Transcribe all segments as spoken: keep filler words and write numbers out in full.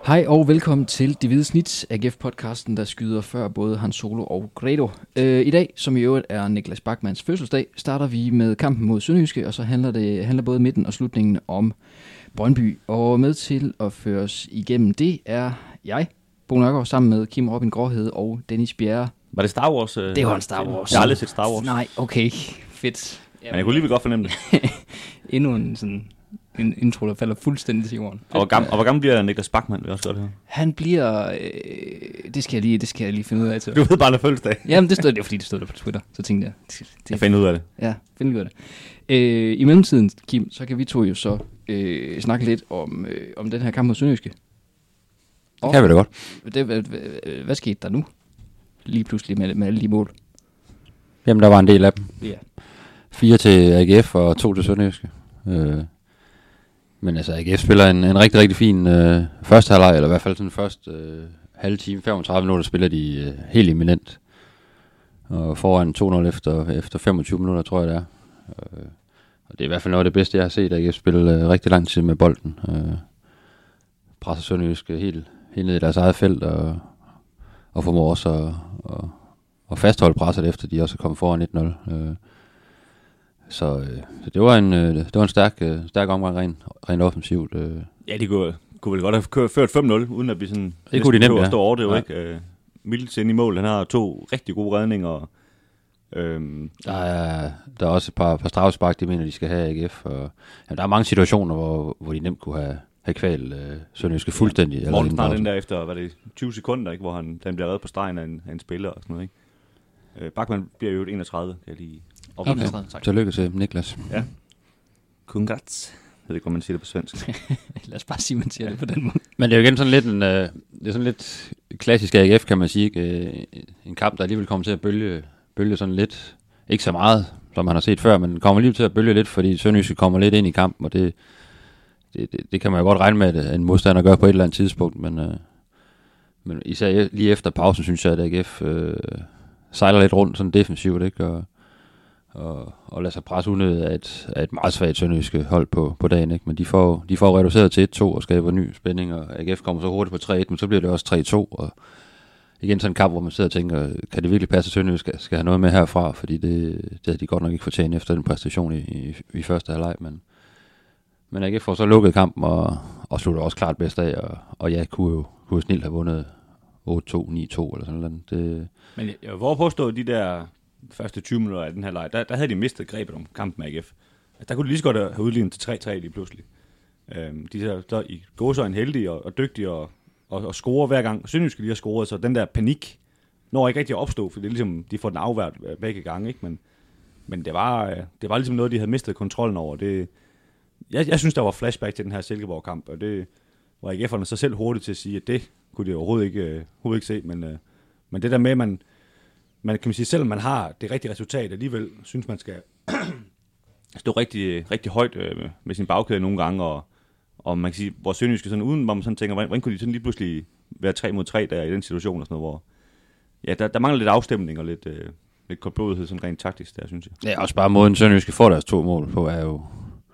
Hej og velkommen til Det Hvide Snit, A G F-podcasten, der skyder før både Hans Solo og Gredo. Øh, I dag, som i øvrigt er Niklas Bachmanns fødselsdag, starter vi med kampen mod Sønderjyske, og så handler det handler både midten og slutningen om Brøndby. Og med til at føre os igennem det er jeg, Bo Nørgaard, sammen med Kim Robin Gråhede og Dennis Bjerre. Var det Star Wars? Øh, det var en Star Wars. Jeg har aldrig set Star Wars. Nej, okay, fedt. Men jeg kunne lige godt fornemme det. Endnu en sådan... en intro, der falder fuldstændig til jorden. Og hvor gammel, og hvor gammel bliver Niklas Bachmann, vil jeg også godt høre? Han bliver... Øh, det, skal jeg lige, det skal jeg lige finde ud af. Til. Du ved bare, der fødselsdag. Jamen, det stod det, fordi det stod der på Twitter. Så tænkte jeg... Det, det, jeg finder ud af det. Ja, finder ud af det. Øh, I mellemtiden, Kim, så kan vi to jo så øh, snakke lidt om, øh, om den her kamp mod Sønderjyske. Det kan vi da godt. Det, hvad, hvad, hvad skete der nu? Lige pludselig med, med alle de mål. Jamen, der var en del af dem. Ja. Fire til A G F og to til Sønderjyske. Øh. Men altså, A G F spiller en, en rigtig, rigtig fin øh, første halvleg, eller i hvert fald sådan første øh, halve time, femogtredive minutter, spiller de øh, helt eminent. Og foran to nul efter, efter femogtyve minutter, tror jeg det er. Øh, og det er i hvert fald noget af det bedste, jeg har set, A G F spille øh, rigtig lang tid med bolden. Øh, presser Sønderjyske helt, helt ned i deres eget felt, og, og formår også at, at, at fastholde presset, efter de også er kommet foran et nul. Øh, Så, øh, så det var en øh, det var en stærk øh, stærk omgang rent rent offensivt. Øh. Ja, de kunne, kunne vel godt have kørt, ført fem nul uden at vi sådan det kunne de nemt, ja. Stå over det jo, ja. Ikke. Øh, Mildt ind i mål. Han har to rigtig gode redninger. Øhm, der er der er også et par par straffespark, de mener de skal have A G F, og jamen, der er mange situationer hvor hvor de nemt kunne have have kval øh, Sønderjyske fuldstændig. Ja, Morten snart den der efter hvad det tyve sekunder, ikke, hvor han den bliver reddet på stregen af en, af en spiller og sådan noget, ikke. Øh, Bachmann bliver jo enogtredive, kan jeg lige. Okay. Tillykke til Niklas. Ja. Congrats. Jeg ved ikke, hvordan man siger det på svensk. Lad os bare sige, man siger det på den måde. Men det er jo igen sådan lidt en, øh, det er sådan lidt klassisk A G F, kan man sige. Ikke? En kamp, der alligevel kommer til at bølge, bølge sådan lidt, ikke så meget, som man har set før, men kommer alligevel til at bølge lidt, fordi Sønderjyske kommer lidt ind i kampen, og det, det, det, det kan man jo godt regne med, at en modstander gør på et eller andet tidspunkt, men, øh, men især lige efter pausen, synes jeg, at A G F øh, sejler lidt rundt sådan defensivt, ikke? Og Og, og lade sig presse unødigt af et, af et meget svagt Sønderjyske hold på, på dagen, ikke? Men de får, de får reduceret til et to og skaber ny spænding, og A G F kommer så hurtigt på tre et, men så bliver det også tre to, og igen sådan en kamp, hvor man sidder og tænker, kan det virkelig passe, at Sønderjyske skal, skal have noget med herfra, fordi det, det havde de godt nok ikke fortjent efter den præstation i, i, i første halvleg, men, men A G F får så lukket kampen, og, og slutter også klart bedst af, og, og ja, kunne jo kunne snilt have vundet otte to, ni to eller sådan noget. Det, men jeg vil våge påstå, de der første tyve minutter af den her leg, der, der havde de mistet grebet om kampen med A G F. Altså, der kunne de lige så godt have udlignet til tre tre lige pludselig. Øhm, de er så i gåseøjne heldige og, og dygtige og, og, og scorer hver gang. Sønderjyske lige har scoret, så den der panik når ikke rigtig at opstå, for det er ligesom, de får den afvært begge gange, ikke? Men, men det, var, det var ligesom noget, de havde mistet kontrollen over. Det, jeg, jeg synes, der var flashback til den her Silkeborg-kamp, og det var A G F'erne så selv hurtigt til at sige, at det kunne de overhovedet ikke, overhovedet ikke se, men, men det der med, at man Man kan man sige, selvom man har det rigtige resultat, alligevel synes man skal stå rigtig, rigtig højt øh, med sin bagkæde nogle gange, og, og man kan sige, hvor Sønderjyske sådan uden, hvor man sådan tænker, hvordan, hvordan kunne de sådan lige pludselig være tre mod tre der i den situation og sådan noget, hvor ja, der, der mangler lidt afstemning og lidt, øh, lidt koldblodighed sådan rent taktisk der, synes jeg. Ja, også bare måden Sønderjyske får deres to mål på, er jo,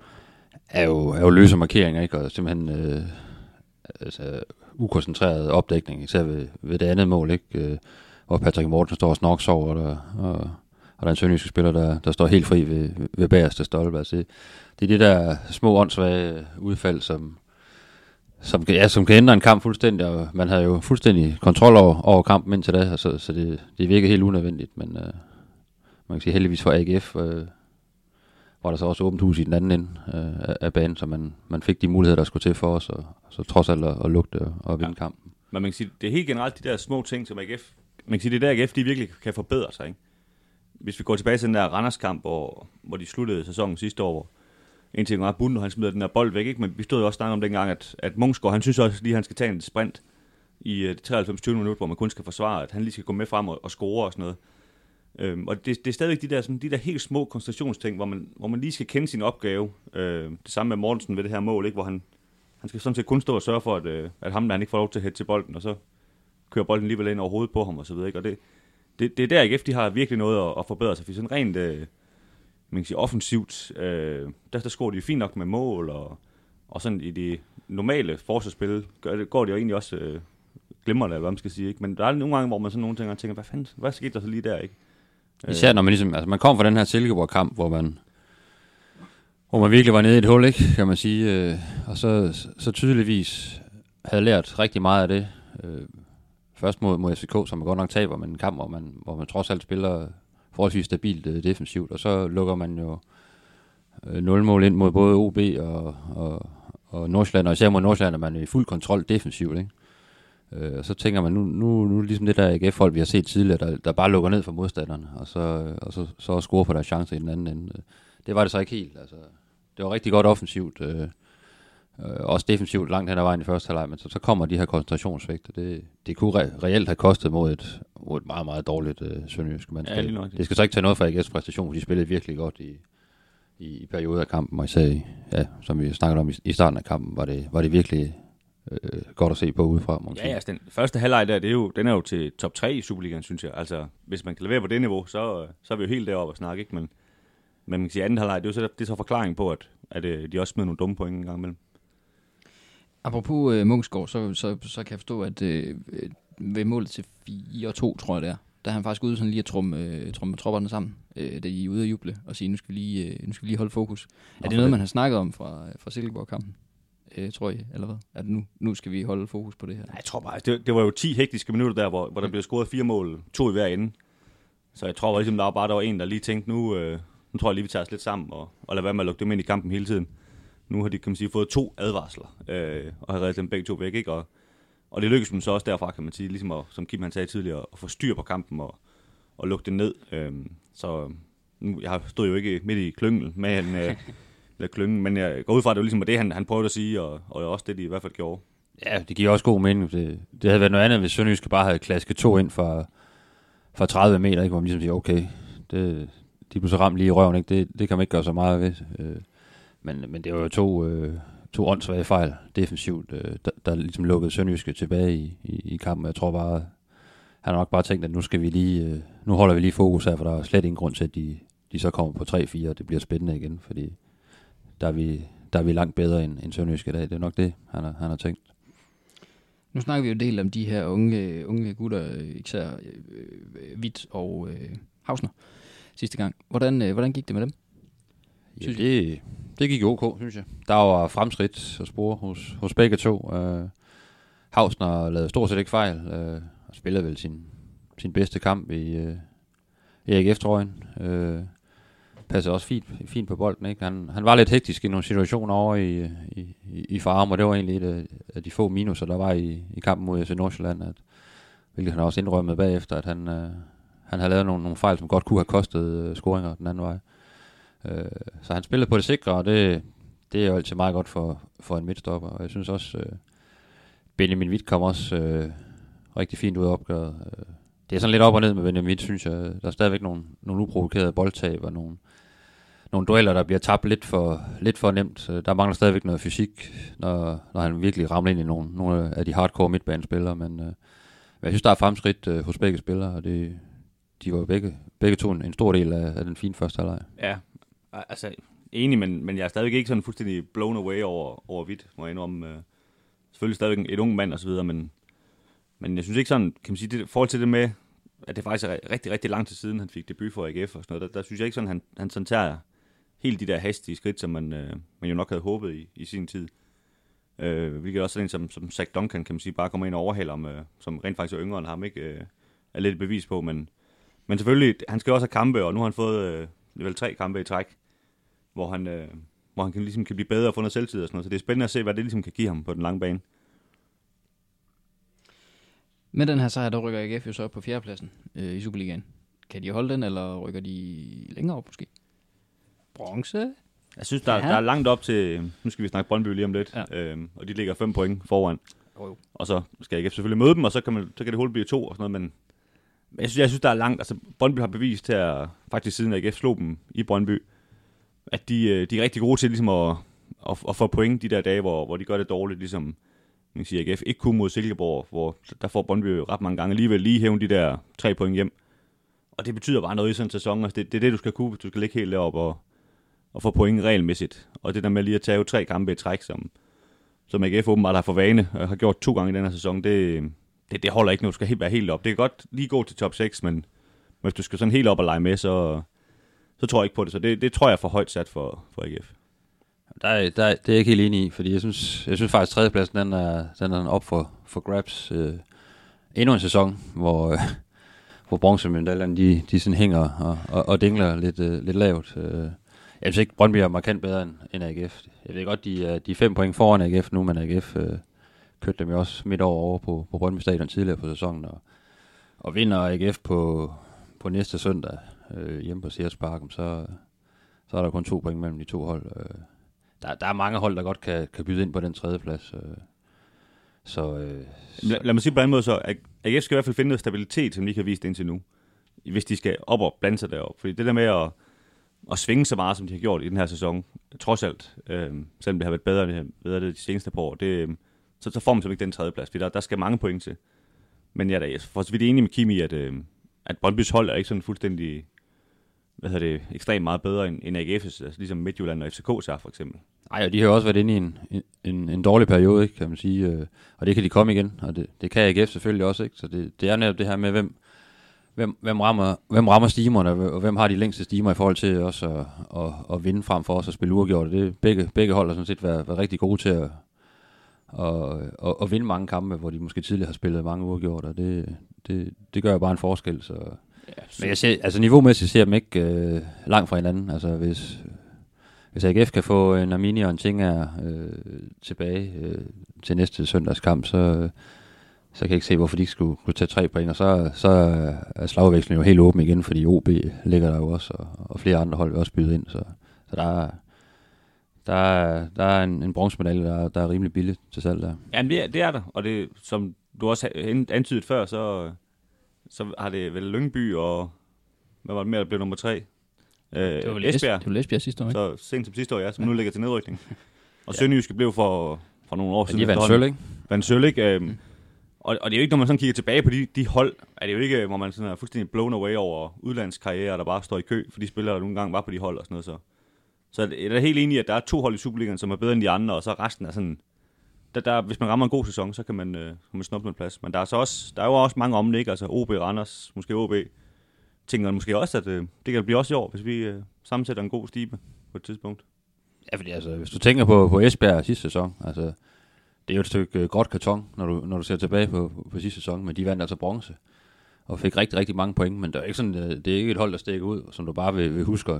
er jo, er jo løse markeringer, ikke? Og simpelthen øh, altså, ukoncentreret opdækning, især ved, ved det andet mål, ikke? Øh, hvor Patrick Mortensen står og snoks over, og, og, og der er en sønderjyske spiller, der, der står helt fri ved, ved bagerste stolpe. Altså, det, det er de der små åndssvage udfald, som, som, ja, som kan ændre en kamp fuldstændig, og man havde jo fuldstændig kontrol over, over kampen indtil da, altså, så det, det virker helt unødvendigt, men uh, man kan sige heldigvis for A G F, uh, var der så også åbent hus i den anden ende uh, af, af banen, så man, man fik de muligheder, der skulle til for os, og så trods alt at, at lugte og, og vinde ja. kampen. Men man kan sige, det er helt generelt de der små ting, som A G F man kan sige, det er der A G F, de virkelig kan forbedre sig, ikke? Hvis vi går tilbage til den der Randers-kamp, hvor, hvor de sluttede sæsonen sidste år, hvor en ting var Bundo, han smider den der bold væk, ikke? Men vi stod jo også snakket om dengang, at, at Munchsgaard, han synes også lige, at han skal tage en sprint i uh, treoghalvfems tyve minutter, hvor man kun skal forsvare, at han lige skal gå med frem og, og score og sådan noget. Øhm, og det, det er stadigvæk de der, sådan, de der helt små koncentrationsting, hvor man, hvor man lige skal kende sin opgave. Øh, det samme med Mortensen ved det her mål, ikke? Hvor han, han skal sådan set kun stå og sørge for, at, øh, at ham der han ikke får lov til at hætte til bolden, og så kører bolden alligevel ind over hovedet på ham og så videre, ikke? Og det, det, det er der A G F, de har virkelig noget at, at forbedre sig, for sådan rent, øh, man kan sige, offensivt, øh, der, der scorer de fint nok med mål, og, og sådan i de normale forsvarsspil, gør det, går det jo egentlig også øh, glimrende, eller hvad man skal sige, ikke? Men der er nogle gange, hvor man sådan nogle ting, og tænker, hvad fanden, hvad skete der så lige der, ikke? Især når man ligesom, altså man kom fra den her Silkeborg-kamp, hvor man, hvor man virkelig var nede i et hul, ikke, kan man sige, øh, og så, så tydeligvis havde lært rigtig meget af det. Øh, først mod, mod F C K, som man godt nok taber, men en kamp, hvor man, hvor man trods alt spiller forholdsvis stabilt øh, defensivt, og så lukker man jo øh, nul mål ind mod både O B og, og, og Nordsjælland, og især mod Nordsjælland er man i fuld kontrol defensivt, ikke? Øh, og så tænker man, nu, nu, nu ligesom det der A G F-hold, vi har set tidligere, der, der bare lukker ned for modstanderne, og så, og så, så score på deres chancer i den anden ende. Det var det så ikke helt. Altså, det var rigtig godt offensivt, øh, øh, også defensivt langt hen ad vejen i første halvleg, men så, så kommer de her koncentrationsvægter. Det, det kunne re- reelt have kostet mod et, mod et meget, meget dårligt øh, sønderjysk mandskab. Ja, det skal så ikke tage noget fra A G F's præstation, for de spillede virkelig godt i, i, i perioder af kampen, og især, ja, som vi snakkede om i, i starten af kampen, var det, var det virkelig øh, godt at se på udefra. Ja, altså den første halvleg der, det er jo, den er jo til top tre i Superligaen, synes jeg. Altså, hvis man kan levere på det niveau, så, så er vi jo helt deroppe og snakke, ikke? Men, men man kan sige, anden halvleg, det er jo så, det er så forklaring på, at, at de også smider nogle dumme point en gang imellem. Apropos øh, Munksgaard, så, så, så kan jeg forstå, at øh, ved målet til fire to, tror jeg det er, der er han faktisk ude sådan lige at trumme, øh, trumme tropperne sammen, øh, da I er ude at juble, og sige, nu skal vi lige, øh, nu skal vi lige holde fokus. Nå, er det noget, det? Man har snakket om fra, fra Silkeborg-kampen? Øh, tror jeg, eller hvad? At nu, nu skal vi holde fokus på det her? Nej, jeg tror bare, det, det var jo ti hektiske minutter der, hvor, hvor der blev scoret fire mål, to i hver ende. Så jeg tror ligesom, der var bare der var en, der lige tænkte, nu, øh, nu tror jeg lige, vi tager os lidt sammen, og, og lade være med at lukke dem ind i kampen hele tiden. Nu har de, kan man sige, fået to advarsler, øh, og har reddet dem begge to væk, ikke? Og, og det lykkedes dem så også derfra, kan man sige, ligesom at, som Kim han sagde tidligere, at få styr på kampen og, og lukke det ned. Øh, så nu, jeg stod jo ikke midt i klyngen med en, øh, eller klyngen, men jeg går ud fra, at det var ligesom det, han, han prøvede at sige, og, og også det, de i hvert fald gjorde. Ja, det giver også god mening. Det, det havde været noget andet, hvis Sønderjyske bare havde klasket to ind fra, fra tredive meter, ikke? Hvor man ligesom siger, okay, det, de blev så ramt lige i røven, ikke? Det, det kan man ikke gøre så meget ved. Øh, men, men det var jo to, øh, to åndssvage fejl defensivt, øh, der, der ligesom lukkede Sønderjyske tilbage i, i, i kampen. Jeg tror bare, han har nok bare tænkt, at nu skal vi lige, øh, nu holder vi lige fokus her, for der er slet ingen grund til, at de, de så kommer på tre fire, og det bliver spændende igen, fordi der er vi, der er vi langt bedre end, end Sønderjyske i dag. Det er nok det, han har, han har tænkt. Nu snakker vi jo en del om de her unge, unge gutter, især øh, Hvidt og øh, Hausner, sidste gang. Hvordan, øh, hvordan gik det med dem? Ja, det, det gik ok, synes jeg. Der var fremskridt og spore hos, hos begge to. Uh, Hausner lavede stort set ikke fejl, uh, og spillede vel sin, sin bedste kamp i, uh, i A G F-trøjen. Uh, passede også fint, fint på bolden, ikke? Han, han var lidt hektisk i nogle situationer over i, i, i Farum, og det var egentlig et af, af de få minuser, der var i, i kampen mod F C Nordsjælland, at, hvilket han også indrømmede bagefter, at han, uh, han havde lavet nogle, nogle fejl, som godt kunne have kostet uh, scoringer den anden vej. Uh, så han spillede på det sikre, og det, det er jo altid meget godt for, for en midtstopper, og jeg synes også, uh, Benjamin Hvidt kom også uh, rigtig fint ud af opgøret. Uh, det er sådan lidt op og ned med Benjamin Hvidt, synes jeg. Der er stadigvæk nogle, nogle uprovokerede boldtab og nogle nogle dueller, der bliver tabt lidt for, lidt for nemt. Der mangler stadigvæk noget fysik, når, når han virkelig ramler ind i nogle, nogle af de hardcore midtbanespillere, men, øh, men jeg synes, der er fremskridt øh, hos begge spillere, og det, de var begge, begge to en, en stor del af, af den fine første halvleg. Ja, altså enig, men, men jeg er stadigvæk ikke sådan fuldstændig blown away over, over Hvidt, må jeg indrømme. Øh, selvfølgelig stadigvæk et ung mand og så videre, men, men jeg synes ikke sådan, kan man sige, det, forhold til det med, at det faktisk er rigtig, rigtig lang tid siden, han fik debut for A G F og sådan noget, der, der synes jeg ikke sådan, han, han sådan tager helt de der hastige skridt, som man, øh, man jo nok havde håbet i, i sin tid. Øh, hvilket også sådan en som, som Zach Duncan, kan man sige, bare kommer ind og overhaler ham, øh, som rent faktisk er yngre end ham, ikke? Øh, er lidt et bevis på, men, men selvfølgelig, han skal også have kampe, og nu har han fået øh, vel tre kampe i træk, hvor han, øh, hvor han kan, ligesom kan blive bedre og få noget selvtid og sådan noget, så det er spændende at se, hvad det ligesom kan give ham på den lange bane. Med den her sejr, der rykker A G F jo så op på fjerdepladsen øh, i Superligaen. Kan de holde den, eller rykker de længere op måske? Bronze? Jeg synes, der, ja. der er langt op til, nu skal vi snakke Brøndby lige om lidt, ja. øhm, og de ligger fem point foran. Oh. Og så skal A G F selvfølgelig møde dem, og så kan, man, så kan det hul blive to og sådan noget, men, men jeg, synes, jeg synes, der er langt. Altså, Brøndby har bevist til at, faktisk siden A G F slog dem i Brøndby, at de, de er rigtig gode til ligesom at, at, at få point de der dage, hvor, hvor de gør det dårligt, ligesom man kan sige, A G F ikke kunne mod Silkeborg, hvor der får Brøndby ret mange gange alligevel lige hævne de der tre point hjem. Og det betyder bare noget i sådan en sæson, altså det, det er det, du skal kunne, hvis du skal ligge helt deroppe og at få point regelmæssigt. Og det der med lige at tage tre kampe i træk, som, som A G F åbenbart har for vane, og har gjort to gange i den her sæson, det, det, det holder ikke, når du skal helt, være helt op. Det kan godt lige gå til top seks, men hvis du skal sådan helt op og lege med, så, så tror jeg ikke på det. Så det, det tror jeg er for højt sat for, for A G F. Der er, der er, det er jeg ikke helt enig i, fordi jeg synes, jeg synes faktisk, at tredjepladsen den er, den er op for, for grabs. Øh, endnu en sæson, hvor, øh, hvor bronzemedaljerne, de, de sådan hænger og, og, og dingler lidt, øh, lidt lavt. Øh, jeg synes ikke, Brøndby er markant bedre end, end A G F. Jeg ved godt, de er, de er fem point foran A G F nu, men A G F øh, kørte dem jo også midt over, over på, på Brøndby Stadion tidligere på sæsonen, og, og vinder A G F på, på næste søndag øh, hjemme på Sears Park, så, så er der kun to point mellem de to hold. Øh, Der, der er mange hold, der godt kan, kan byde ind på den tredje plads. Øh. Så, øh, så. Lad, lad mig sige på en anden måde så, at A G F skal i hvert fald finde noget stabilitet, som de ikke har vist indtil nu, hvis de skal op og blande sig derop. Fordi det der med at, at svinge så meget, som de har gjort i den her sæson, trods alt, øh, selvom det har været bedre, det bedre det de seneste par år, det, øh, så, så får man simpelthen ikke den tredje plads, fordi der, der skal mange point til. Men jeg er da for så vidt enig med Kimi i, at, øh, at Brøndbys hold er ikke sådan fuldstændig hvad hedder det, ekstremt meget bedre end, end A G F's, altså ligesom Midtjylland og F C K's er for eksempel. Nej, og de har jo også været inde i en, en, en dårlig periode, ikke, kan man sige, øh, og det kan de komme igen, og det, det kan A G F selvfølgelig også, ikke, så det, det er netop det her med, hvem, hvem, hvem, rammer, hvem rammer stimerne, og hvem har de længste stimer i forhold til også at, at, at vinde frem for os og spille uafgjort. Det begge, begge hold har sådan set været, været rigtig gode til at, at, at, at vinde mange kampe, hvor de måske tidligere har spillet mange uafgjort, og det, det, det gør jo bare en forskel, så. Ja, men jeg ser, altså niveaumæssigt ser jeg dem ikke øh, langt fra hinanden. Altså hvis, hvis A G F kan få en Arminia og en Tinga øh, tilbage øh, til næste søndagskamp, så, så kan jeg ikke se, hvorfor de ikke skulle kunne tage tre point. Og så, så er slagvekslingen jo helt åben igen, fordi O B ligger der jo også, og, og flere andre hold vil også byde ind. Så, så der er, der er, der er en, en bronzemedalje, der, der er rimelig billigt til salg der. Ja, det er, det er der, og det, som du også antydet før, så... så har det vel Lyngby og, hvad var det mere, der blev nummer tre? Øh, det var vel Esbjerg. Det var Esbjerg sidste år, ikke? Så sent som sidste år, ja, som ja. nu ligger til nedrykning. Og ja. Sønderjyske blev for, for nogle år ja, siden. De vandt sølv, ikke? Vandt sølv, ikke? Øhm, mm. og, og det er jo ikke, når man sådan kigger tilbage på de, de hold, er det jo ikke, hvor man sådan er fuldstændig blown away over udlandskarriere, der bare står i kø, for de spillere, der nogle gange var på de hold og sådan noget. Så, så jeg er helt enig i, at der er to hold i Superligaen, som er bedre end de andre, og så resten er sådan... Der, der, hvis man rammer en god sæson, så kan man, øh, kan man snuppe en plads. Men der er, så også, der er jo også mange om det, ikke? Altså O B, Randers, måske O B. Tænker måske også, at øh, det kan blive også i år, hvis vi øh, sammensætter en god stibe på et tidspunkt. Ja, fordi altså, hvis du tænker på, på Esbjerg sidste sæson, altså, det er jo et stykke øh, gråt karton, når du, når du ser tilbage på, på, på sidste sæson, men de vandt altså bronze, og fik rigtig, rigtig mange point, men det er ikke, sådan, det er ikke et hold, der stikker ud, som du bare vil, vil huske.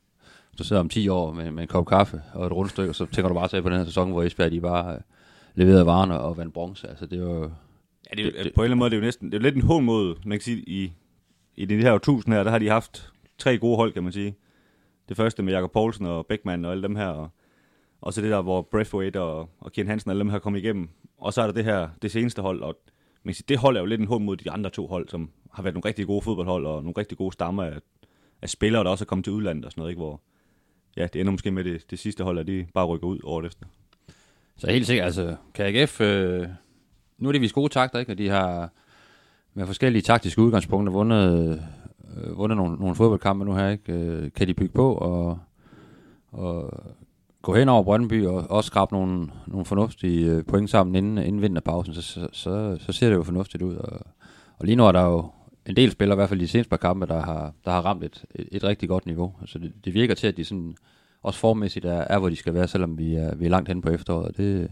Du sidder om ti år med, med en kop kaffe og et rundstykke, og så tænker du bare til på den her sæson, hvor Esbjerg de bare... Øh, leverede varerne og vandt bronze. Altså det var ja, det, det, på en eller anden måde det er jo næsten det er jo lidt en hån mod, man kan sige i i det her årtusind her, der har de haft tre gode hold, kan man sige. Det første med Jakob Poulsen og Beckmann og alle dem her og, og så det der hvor Braithwaite og og Ken Hansen og alle dem her kom igennem. Og så er der det her det seneste hold og man kan sige det hold er jo lidt en hån mod de andre to hold, som har været nogle rigtig gode fodboldhold og nogle rigtig gode stammer af, af spillere der også er kommet til udlandet og sådan noget, ikke, hvor ja, det ender måske med det det sidste hold at de bare rykker ud året efter. Så helt sikkert, altså, kan A G F, øh, nu er det vist gode takter, ikke? Og de har med forskellige taktiske udgangspunkter vundet, øh, vundet nogle, nogle fodboldkampe nu her, ikke? Øh, kan de bygge på og, og gå hen over Brøndby og også skrabe nogle, nogle fornuftige point sammen inden, inden vinterpausen, så, så, så, så ser det jo fornuftigt ud. Og, og lige nu er der jo en del spillere, i hvert fald de seneste par kampe, der har, der har ramt et, et, et rigtig godt niveau. Altså det, det virker til, at de sådan... også formmæssigt er, er, hvor de skal være, selvom vi er, vi er langt hen på efteråret. Det,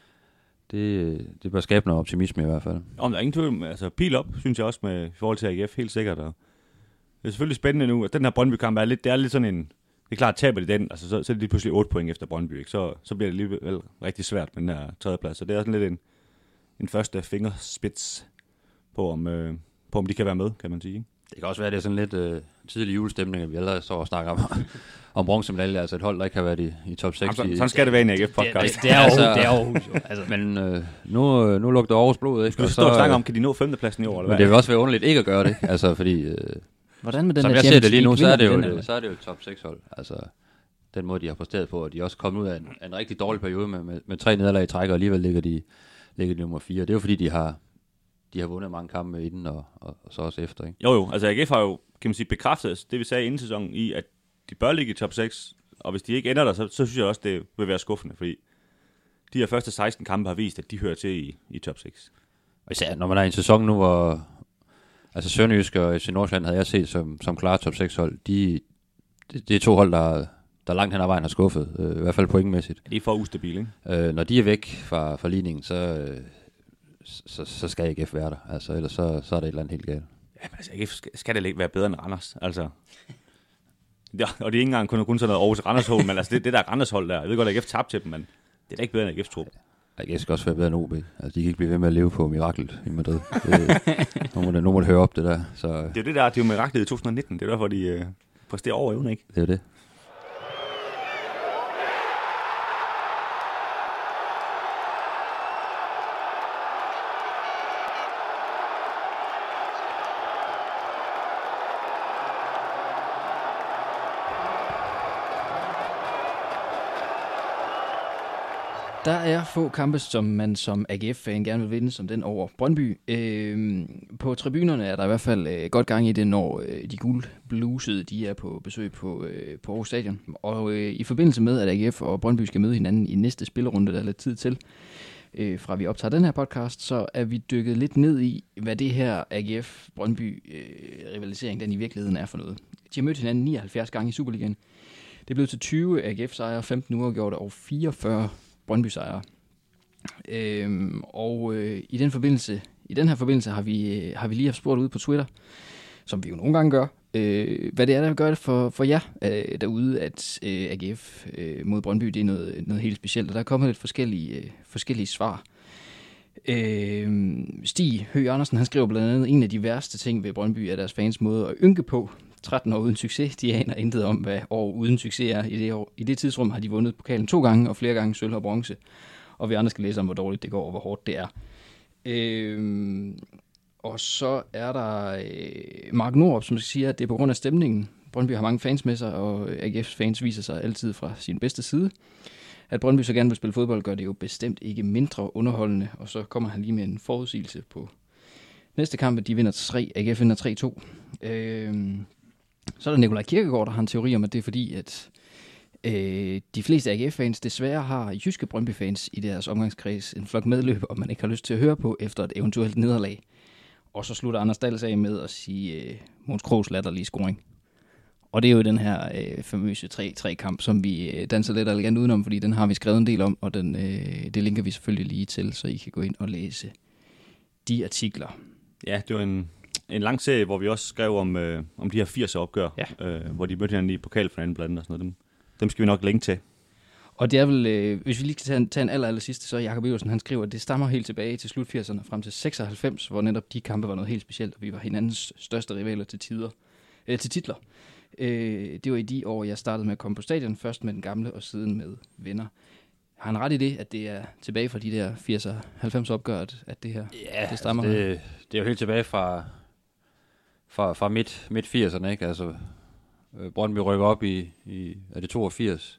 det, det bør skabe noget optimisme i hvert fald. Om der er ingen tvivl, altså pil op, synes jeg også, med i forhold til A G F, helt sikkert. Og det er selvfølgelig spændende nu, at den her Brøndby-kamp er lidt, det er lidt sådan en, det er klart, taber de den, altså så, så er det lige pludselig otte point efter Brøndby, ikke? Så, så bliver det alligevel rigtig svært med den her tredjeplads. Så det er sådan lidt en, en første fingerspids på om, øh, på, om de kan være med, kan man sige, ikke? Det kan også være, at det er sådan lidt øh, tidlig julestemning, at vi allerede står og snakker om, om bronzemedalje, altså et hold, der ikke har været i, i top seks. Jamen, sådan skal det være en A G F-podcast. Det, det, det er jo altså, det er Aarhus, jo. Altså, men øh, nu, nu lugter Aarhus blod, ikke? Du står og snakker om, kan de nå femtepladsen i år, eller hvad? Men det vil også være underligt ikke at gøre det, altså fordi... Øh, Hvordan med den som der jeg ser det lige nu, så er det, jo, den, så er det jo et top seks hold. Altså den måde, de har præsteret på, og de er også kommet ud af en, en rigtig dårlig periode med, med, med tre nederlag i træk, og alligevel ligger de, ligger de nummer fire. Det er jo fordi, de har... De har vundet mange kampe inden, og, og, og så også efter, ikke? Jo jo, altså A G F har jo, kan man sige, bekræftet det, vi sagde inden sæsonen, i at de bør ligge i top seks, Og hvis de ikke ender der, så, så synes jeg også, det vil være skuffende, fordi de her første seksten kampe har vist, at de hører til i, i top seks. Især når man er i en sæson nu, hvor altså Sønderjysk og F C Nordsjælland havde jeg set som, som klare top seks hold. De, det, det er to hold, der, der langt hen ad vejen har skuffet, øh, i hvert fald pointmæssigt. De er for ustabile, ikke? Øh, når de er væk fra, fra ligningen, så, øh, så, så skal A G F være der. Altså, ellers så, så er det et eller andet helt galt. Ja, men altså, A G F skal, skal det ikke være bedre end Randers, altså. Ja, og det er ikke engang kun, kun sådan noget Aarhus Randers hold, men altså det, det der Randers hold der, jeg ved godt, at A G F tabte til dem, men det er da ikke bedre end A G F trup. A G F skal også være bedre end O B. Altså, de kan ikke blive ved med at leve på miraklet i Madrid. Det, nu, må det, nu må det høre op, det der. Så, det er jo det der, det er jo miraklet i to tusind nitten, det er derfor, de øh, præsterer over evne, ikke? Det er jo det. Der er få kampe, som man som A G F-fan gerne vil vinde, som den over Brøndby. Øh, på tribunerne er der i hvert fald øh, godt gang i det, når øh, de gulblusede de er på besøg på, øh, på Aarhus Stadion. Og øh, i forbindelse med, at A G F og Brøndby skal møde hinanden i næste spillerunde, der er lidt tid til, øh, fra vi optager den her podcast, så er vi dykket lidt ned i, hvad det her A G F-Brøndby-rivalisering, øh, den i virkeligheden er for noget. De har mødt hinanden nioghalvfjerds gange i Superligaen. Det er blevet til tyve A G F-sejre, femten uafgjorte og fireogfyrre Brøndby-sejre. Øhm, og øh, i den forbindelse, i den her forbindelse har vi øh, har vi lige haft spurgt ud på Twitter, som vi jo nogle gange gør, øh, hvad det er, der gør det for for jer øh, derude, at øh, A G F øh, mod Brøndby, det er noget noget helt specielt, og der er kommet lidt forskellige øh, forskellige svar. Øh, Stig Høgh Andersen, han skriver blandt andet, en af de værste ting ved Brøndby er deres fans måde at ynke på. tretten år uden succes. De aner intet om, hvad år uden succes er. I det, år, i det tidsrum har de vundet pokalen to gange, og flere gange sølv og bronze. Og vi andre skal læse om, hvor dårligt det går, og hvor hårdt det er. Øhm, og så er der øh, Mark Norup, som siger, at det er på grund af stemningen. Brøndby har mange fans med sig, og A G F's fans viser sig altid fra sin bedste side. At Brøndby så gerne vil spille fodbold, gør det jo bestemt ikke mindre underholdende. Og så kommer han lige med en forudsigelse på næste kamp. De vinder tre. A G F vinder tre to. Øhm, Så er der Nikolaj Kirkegaard, der har en teori om, at det er fordi, at øh, de fleste A G F-fans desværre har jyske Brøndby-fans i deres omgangskreds en flok medløb, og man ikke har lyst til at høre på efter et eventuelt nederlag. Og så slutter Anders Dahls af med at sige øh, Måns Krogs latterlige scoring. Og det er jo den her øh, famøse tre tre kamp, som vi øh, danser lidt elegant udenom, fordi den har vi skrevet en del om, og den, øh, det linker vi selvfølgelig lige til, så I kan gå ind og læse de artikler. Ja, det var en... En lang serie, hvor vi også skrev om, øh, om de her firs opgør, ja. øh, hvor de mødte hinanden i pokalfinalen blandt andet og sådan noget. Dem, dem skal vi nok længe til. Og det er vel, øh, hvis vi lige skal tage en, tage en aller, aller sidste, så Jakob Iversen, han skriver, at det stammer helt tilbage til slut firserne frem til seksoghalvfems, hvor netop de kampe var noget helt specielt, og vi var hinandens største rivaler til tider, øh, til titler. Øh, det var i de år, jeg startede med at komme på stadion, først med den gamle og siden med venner. Har han ret i det, at det er tilbage fra de der firs og halvfems opgør, at, at det her ja, det stammer? Altså det, det er jo helt tilbage fra... Fra, fra midt, midt firserne, ikke? Altså, øh, Brøndby rykker op i, i er det toogfirs,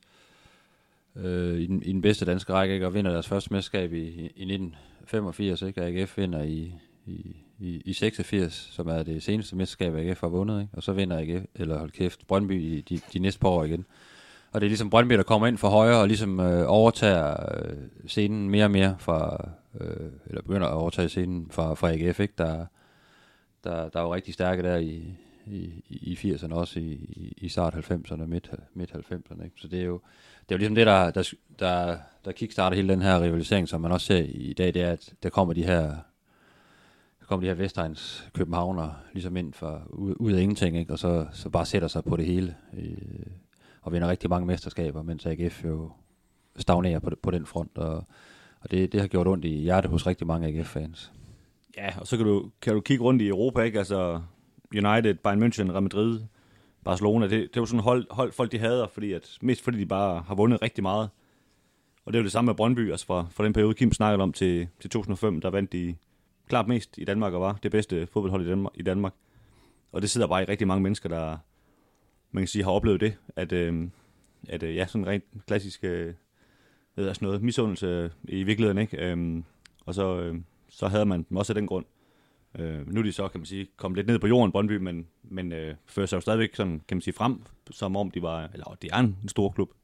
øh, i, den, i den bedste danske række, ikke? Og vinder deres første mesterskab i, i nitten femogfirs, ikke? A G F vinder i, i, i, i seksogfirs, som er det seneste mesterskab, A G F har vundet, ikke? Og så vinder A G F, eller hold kæft, Brøndby i de, de næste par år igen. Og det er ligesom Brøndby, der kommer ind for højre og ligesom øh, overtager øh, scenen mere og mere fra, øh, eller begynder at overtage scenen fra, fra A G F, ikke? Der Der, der var rigtig stærke der i, i, i firserne, også i, i, i start halvfemserne, midt, midt halvfemserne. Ikke? Så det er jo det er jo ligesom det, der, der, der, der kickstarter hele den her rivalisering, som man også ser i dag, det er, at der kommer de her, der kommer de her Vestegns københavner ligesom ind for, ud, ud af ingenting, ikke? Og så, så bare sætter sig på det hele øh, og vinder rigtig mange mesterskaber, mens A G F jo stagnerer på, på den front, og, og det, det har gjort ondt i hjertet hos rigtig mange A G F-fans. Ja, og så kan du, kan du kigge rundt i Europa, ikke? Altså United, Bayern München, Real Madrid, Barcelona, det, det er jo sådan hold, hold folk, de hader, fordi at, mest fordi de bare har vundet rigtig meget. Og det er jo det samme med Brøndby, altså fra, fra den periode, Kim snakkede om til, til to tusind og fem, der vandt de klart mest i Danmark og var det bedste fodboldhold i Danmark. I Danmark. Og det sidder bare i rigtig mange mennesker, der man kan sige, har oplevet det, at, øh, at øh, ja, sådan rent klassisk øh, sådan noget misundelse i virkeligheden, ikke? Øh, og så... Øh, så havde man dem også af den grund. Øh, nu er de så, kan man sige, kommet lidt ned på jorden, Brøndby, men, men øh, fører sig jo stadigvæk sådan, kan man sige, frem, som om de var, eller det er en, en stor klub.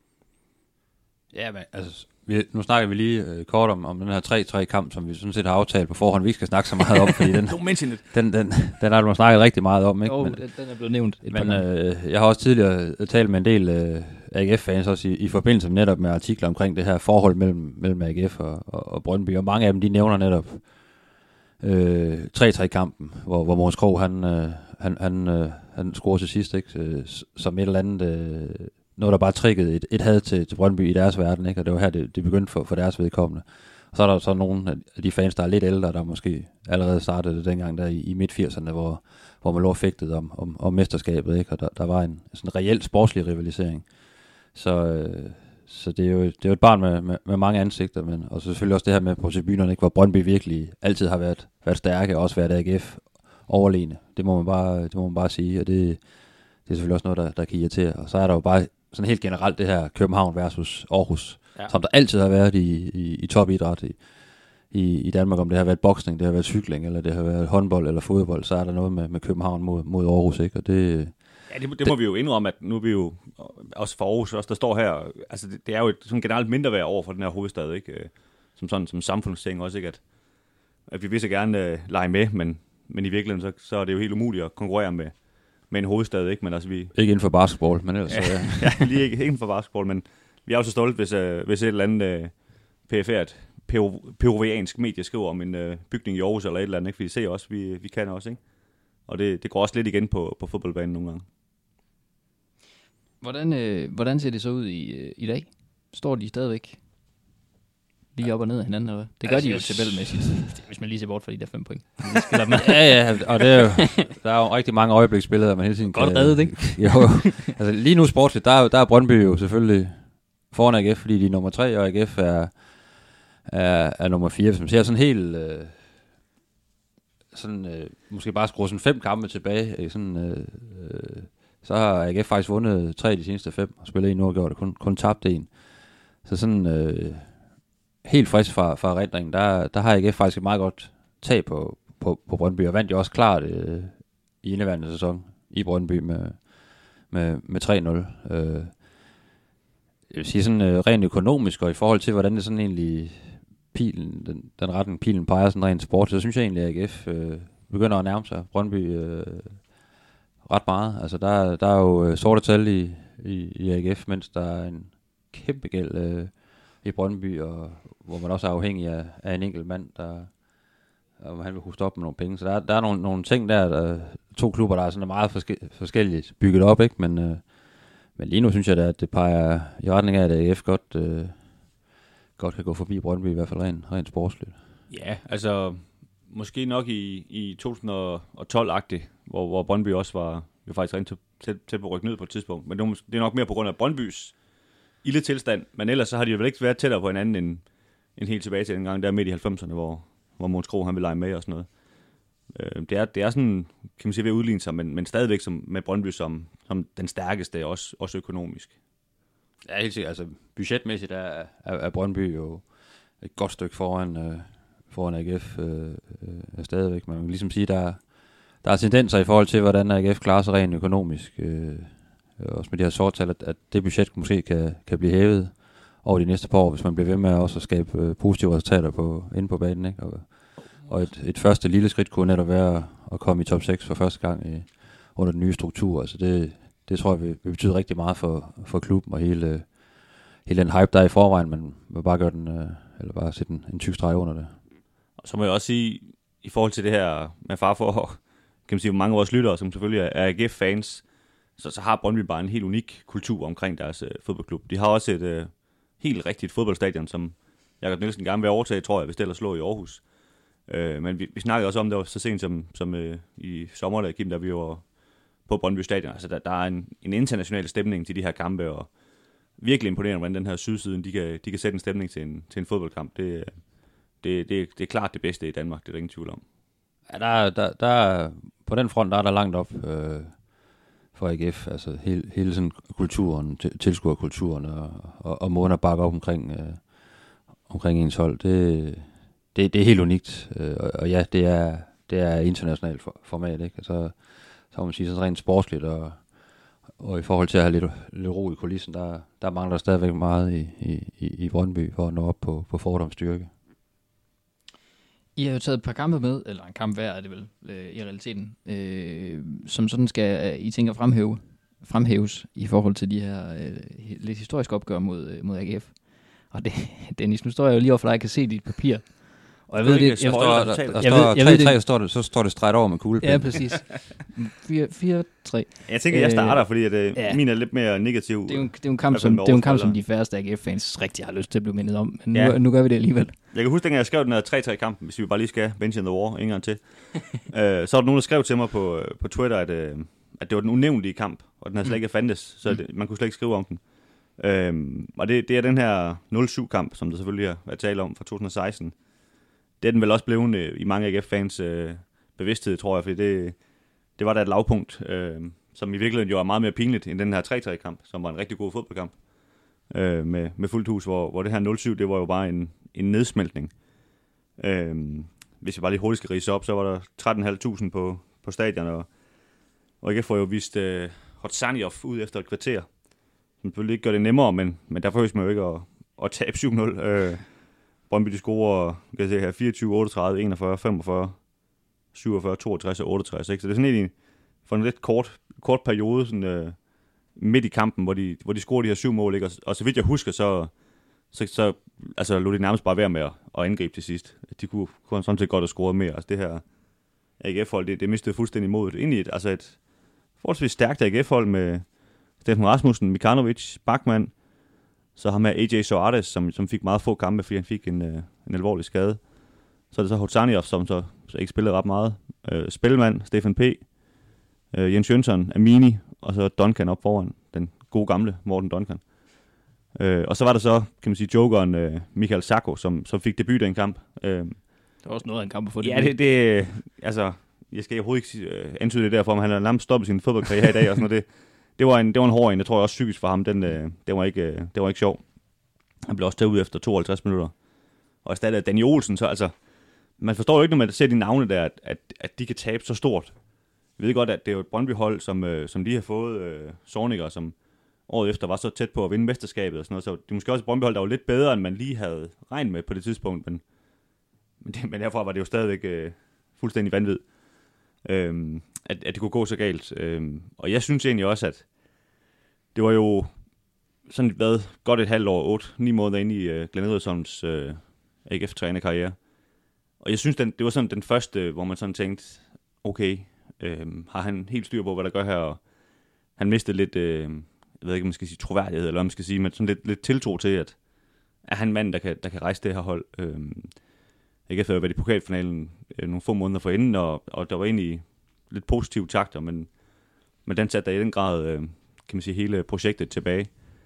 Ja, men altså, vi, nu snakker vi lige øh, kort om, om den her tre tre kamp, som vi sådan set har aftalt på forhånd, vi ikke skal snakke så meget om, fordi den, den, den, den har du snakket rigtig meget om, ikke? Jo, men, den er blevet nævnt et men, par gange. Øh, jeg har også tidligere talt med en del øh, A G F-fans, også i, i forbindelse med netop med artikler omkring det her forhold mellem, mellem A G F og, og, og Brøndby, og mange af dem, de nævner netop øh, tre tre kampen, hvor, hvor Mogens Krogh, han, øh, han, han, øh, han scorer til sidst, ikke? Øh, som et eller andet... Øh, noget, der bare triggede et, et had til, til Brøndby i deres verden, ikke? Og det var her, det, det begyndte for, for deres vedkommende. Og så er der så nogle af de fans, der er lidt ældre, der måske allerede startede det dengang der i, i midt-firserne, hvor, hvor man lå fægtet om, om, om mesterskabet, ikke? Og der, der var en sådan reel sportslig rivalisering. Så, øh, så det, er jo, det er jo et barn med, med, med mange ansigter, men og så selvfølgelig også det her med på tribunerne, ikke? Hvor Brøndby virkelig altid har været, været stærke, og også været A G F overlegne. Det må man bare, det må man bare sige, og det, det er selvfølgelig også noget, der, der kan irritere. Og så er der jo bare sådan helt generelt det her København versus Aarhus, ja. Som der altid har været i, i, i topidræt i, i, i Danmark, om det har været boksning, det har været cykling, eller det har været håndbold eller fodbold, så er der noget med, med København mod, mod Aarhus, ikke? Og det, ja, det, det må vi jo indrømme, at nu er vi jo, også for Aarhus, også der står her, altså det, det er jo et sådan generelt mindre værd over for den her hovedstad, ikke? Som sådan, som samfundsting også, ikke? At, at vi vil så gerne uh, lege med, men, men i virkeligheden, så, så er det jo helt umuligt at konkurrere med, med en hovedstad, ikke? Men altså vi... Ikke inden for basketball, men ellers... ja, så, ja. ja, lige ikke inden for basketball, men vi er jo så stolte, hvis, uh, hvis et eller andet uh, P F R'et, P O V-ansk medie skriver om en uh, bygning i Aarhus eller et eller andet, ikke? Fordi de ser også, vi, vi kan også, ikke? Og det, det går også lidt igen på, på fodboldbanen nogle gange. Hvordan, øh, hvordan ser det så ud i, øh, i dag? Står de stadigvæk lige op og ned af hinanden? Eller? Det gør altså, de jo tabelmæssigt, hvis man lige ser bort fra de der fem point. ja, ja, og det er jo, der er jo rigtig mange øjebliksbilleder, man hele tiden kan... Godt reddet, ikke? jo, altså lige nu sportsligt, der er, der er Brøndby jo selvfølgelig foran A G F, fordi de er nummer tre, og A G F er, er, er nummer fire. Hvis man ser sådan helt... Øh, sådan, øh, måske bare skrue sådan fem kampe tilbage, sådan... Øh, øh, så har A G F faktisk vundet tre af de seneste fem, og spillet en uafgjort, og kun, kun tabt en. Så sådan øh, helt frisk fra, fra erindringen, der, der har A G F faktisk et meget godt tag på, på, på Brøndby, og vandt jo også klart øh, i indeværende sæson i Brøndby med, med, med tre nul. Øh, jeg vil sige sådan øh, rent økonomisk, og i forhold til, hvordan det sådan egentlig pilen, den, den retten pilen peger sådan rent sport, så synes jeg egentlig, at A G F øh, begynder at nærme sig Brøndby øh, ret meget. Altså der, der er jo øh, sorte tal i, i, i A G F, mens der er en kæmpe gæld øh, i Brøndby, og hvor man også er afhængig af, af en enkelt mand, der og han vil huske op med nogle penge. Så der, der er nogle, nogle ting der, der, to klubber, der er sådan meget forske, forskelligt bygget op, ikke? Men, øh, men lige nu synes jeg da, at det peger i retning af, at A G F godt, øh, godt kan gå forbi Brøndby, i hvert fald rent, rent sportsligt. Ja, altså måske nok i, i to tusind og tolv-agtigt, hvor, hvor Brøndby også var jo faktisk rent tæt, tæt på at rykke ned på et tidspunkt. Men det er, det er nok mere på grund af Brøndbys ilde tilstand. Men ellers så har de jo vel ikke været tættere på hinanden end, end helt tilbage til den gang der midt i halvfemserne, hvor, hvor Mogens Krogh han vil lege med og sådan noget. Øh, det, er, det er sådan, kan man sige, ved at udligne sig, men, men stadigvæk som, med Brøndby som, som den stærkeste, også, også økonomisk. Ja, helt sikkert. Altså budgetmæssigt er, er, er Brøndby jo et godt stykke foran, øh, foran A G F øh, øh, stadigvæk. Man kan ligesom sige, der, der er tendenser i forhold til, hvordan A G F klarer sig rent økonomisk. Øh, også med de her sorttal, at, at det budget måske kan, kan blive hævet over de næste par år, hvis man bliver ved med også at skabe øh, positive resultater på, inde på banen, ikke? Og, og et, et første lille skridt kunne netop være at komme i top seks for første gang i, under den nye struktur. Altså det, det tror jeg vil, vil betyde rigtig meget for, for klubben og hele, hele den hype, der er i forvejen, men vil bare gøre den, øh, eller bare sætte en, en tyk streg under det. Og så må jeg også sige, i forhold til det her med far for, kan man sige, mange af vores lyttere, som selvfølgelig er A G F-fans, så, så har Brøndby bare en helt unik kultur omkring deres øh, fodboldklub. De har også et øh, helt rigtigt fodboldstadion, som Jakob Nielsen gerne vil overtage, tror jeg, hvis det ellers slår i Aarhus. Øh, men vi, vi snakkede også om det så sent som, som øh, i sommer, der, Kim, der vi var på Brøndby Stadion. Altså, der, der er en, en international stemning til de her kampe, og virkelig imponerende, hvordan den her sydsiden, de kan, de kan sætte en stemning til en, til en fodboldkamp. Det, det, det, det er klart det bedste i Danmark, det er der ingen tvivl om. Ja, der, der, der, på den front, der er der langt op øh, for A G F. Altså hele, hele sådan kulturen, tilskuerkulturen og, og, og måden at bakke op omkring, øh, omkring ens hold. Det, det, det er helt unikt. Øh, og, og ja, det er, det er internationalt for, format, ikke? Altså, så må man sige, sådan rent sportsligt, og, og i forhold til at have lidt, lidt ro i kulissen, der, der mangler der stadigvæk meget i, i, i Brøndby for at nå op på, på Fordoms styrke. I har jo taget et par kampe med, eller en kamp hver er det vel øh, i realiteten, øh, som sådan skal, I tænker fremhæve, fremhæves i forhold til de her øh, lidt historiske opgør mod, mod A G F. Og det, Dennis, nu står jeg jo lige over for dig, jeg kan se dit papir. Og jeg ved det, jeg, jeg, står, der, der, der jeg står ved, jeg ved tre tre, står det, så står det streget over med kuglepen. Ja, præcis. fire tre. Jeg tænker, jeg starter, fordi at, øh, ja. min er lidt mere negativ. Det er jo, det er jo en kamp, som, det er en kamp som de færreste A G F-fans rigtig har lyst til at blive mindet om. Men ja. nu, nu gør vi det alligevel. Jeg kan huske, dengang jeg skrev den her tre tre kampen, hvis vi bare lige skal mention the war en gang til. øh, så var der nogen, der skrev til mig på, på Twitter, at, øh, at det var den unævnlige kamp, og den havde slet ikke fandtes, så det, man kunne slet ikke skrive om den. Øhm, og det, det er den her nul syv kamp, som der selvfølgelig har været tale om fra to tusind og seksten. Det er den vel også blevet øh, i mange A G F-fans øh, bevidsthed, tror jeg, fordi det, det var da et lavpunkt, øh, som i virkeligheden jo er meget mere pinligt end den her tre tre kamp, som var en rigtig god fodboldkamp øh, med, med fuldt hus, hvor, hvor det her nul syv, det var jo bare en, en nedsmeltning. Øh, hvis jeg bare lige hurtigt skal rise op, så var der tretten tusind fem hundrede på, på stadion, og, og A G F får jo vist øh, Hotzaniov ud efter et kvarter, som selvfølgelig ikke gør det nemmere, men, men der behøver man jo ikke at, at tabe syv nul. Øh, Brøndby de scorer, kan jeg se her, fireogtyve, otteogtredive, enogfyrre, femogfyrre, syvogfyrre, toogtres og otteogtres. Ikke? Så det er sådan en, for en lidt kort, kort periode, sådan, øh, midt i kampen, hvor de, hvor de scorer de her syv mål. Ikke? Og, og så vidt jeg husker, så, så, så altså, lå de nærmest bare være med at, at angribe til sidst. De kunne, kunne sådan set godt have scoret mere. Altså det her A G F-hold, det, det mistede fuldstændig modet. Egentlig et, altså et forholdsvis stærkt A G F-hold med Steffen Rasmussen, Mikanovic, Bachmann, så har med A J Soares, som, som fik meget få kampe, fordi han fik en, øh, en alvorlig skade. Så er det så Hotzaniov, som så, så ikke spillede ret meget. Øh, Spelman, Stefan P., øh, Jens Jønsson, Amini, og så Duncan op foran, den gode gamle Morten Duncan. Øh, og så var der så, kan man sige, jokeren øh, Michael Sacco, som, som fik debut i en kamp. Øh, det var også noget af en kamp at få det. Ja, det, det altså, jeg skal overhovedet ikke øh, antyde det derfor, men han har nærmest stoppet sin fodboldkarriere i dag og sådan noget. Det, Det var en det var en hård en, jeg tror også psykisk for ham. Den øh, det var ikke øh, det var ikke sjov. Han blev også taget ud efter tooghalvtreds minutter. Og erstattet Danny Olsen, så altså man forstår jo ikke, når man ser de navne der, at, at, at de kan tabe så stort. Jeg ved godt, at det er jo et Brøndby-hold, som øh, som lige har fået øh, Zorniger, som året efter var så tæt på at vinde mesterskabet og sådan noget. Så det er måske også et Brøndby-hold, der var lidt bedre, end man lige havde regnet med på det tidspunkt, men men, det, men derfor var det jo stadigvæk øh, fuldstændig vanvid. Øhm, at, at det kunne gå så galt. Øhm, og jeg synes egentlig også, at det var jo sådan hvad, godt et halvt år, otte, ni måneder inde i uh, Glenn Edersons uh, A G F-trænerkarriere. Og jeg synes, den, det var sådan den første, hvor man sådan tænkte, okay, øhm, har han helt styr på, hvad der gør her? Og han mistede lidt, øh, jeg ved ikke, om man skal sige troværdighed, eller hvad man skal sige, men sådan lidt, lidt tiltro til, at er han mand, der kan, der kan rejse det her hold. Øhm, A G F havde været i pokalfinalen øh, nogle få måneder forinden, og, og der var egentlig lidt positive takter, men, men den satte der i den grad, øh, kan man sige, hele projektet tilbage.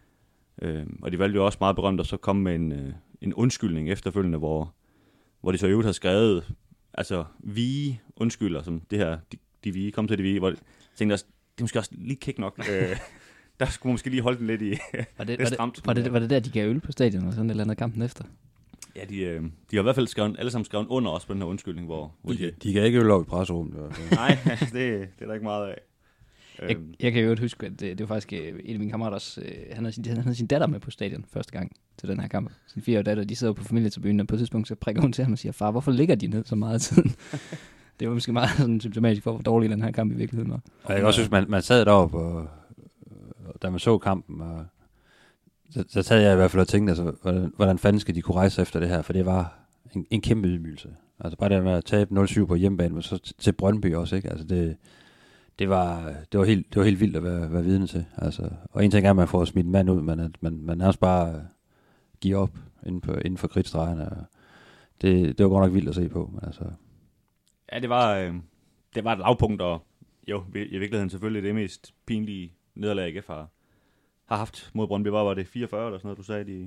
Øh, og de valgte jo også meget berømt at så komme med en, øh, en undskyldning efterfølgende, hvor, hvor de så i øvrigt har skrevet, altså vi undskylder, som det her, de, de vi kom til de vi, hvor jeg tænkte også, det er måske også lige kick nok. øh, der skulle man måske lige holde den lidt i var det, var, det, var, det, var det der, de gav øl på stadion, og sådan et eller andet kampen efter? Ja, de, øh, de har i hvert fald skrevet, alle sammen skrevet under også på den her undskyldning, hvor... hvor de, de, de kan ikke øl op i presserummet. Nej, det, det er der ikke meget af. Jeg, jeg kan jo godt huske, at det, det var faktisk en af mine kammerater også, han havde, sin, han havde sin datter med på stadion første gang til den her kamp. Sin fire år datter, de sidder på familietribunen, og på et tidspunkt så prikker hun til ham og siger, far, hvorfor ligger de ned så meget af tiden? Det var måske meget sådan symptomatisk for, hvor dårlig den her kamp i virkeligheden var. Og jeg kan også synes, man, man sad deroppe, og, og da man så kampen, og så, så sad jeg i hvert fald og tænkte, altså, hvordan, hvordan fanden skal de kunne rejse efter det her, for det var en, en kæmpe ydmygelse. Altså bare det med at tabe nul syv på hjemmebane, men så til, til Brøndby også, ikke? Altså det... Det var, det var helt, det var helt vildt at være, være vidne til. Altså, og en ting er, at man får smidt en mand ud, men at man, man nærmest bare giver op inden, på, inden for kridtstregerne. Det, det var godt nok vildt at se på. Men altså. Ja, det var, øh, det var et lavpunkt, og jo, i virkeligheden selvfølgelig det mest pinlige nederlag, A G F har, har haft mod Brøndby. Var, var det fireogfyrre eller sådan noget, du sagde? De,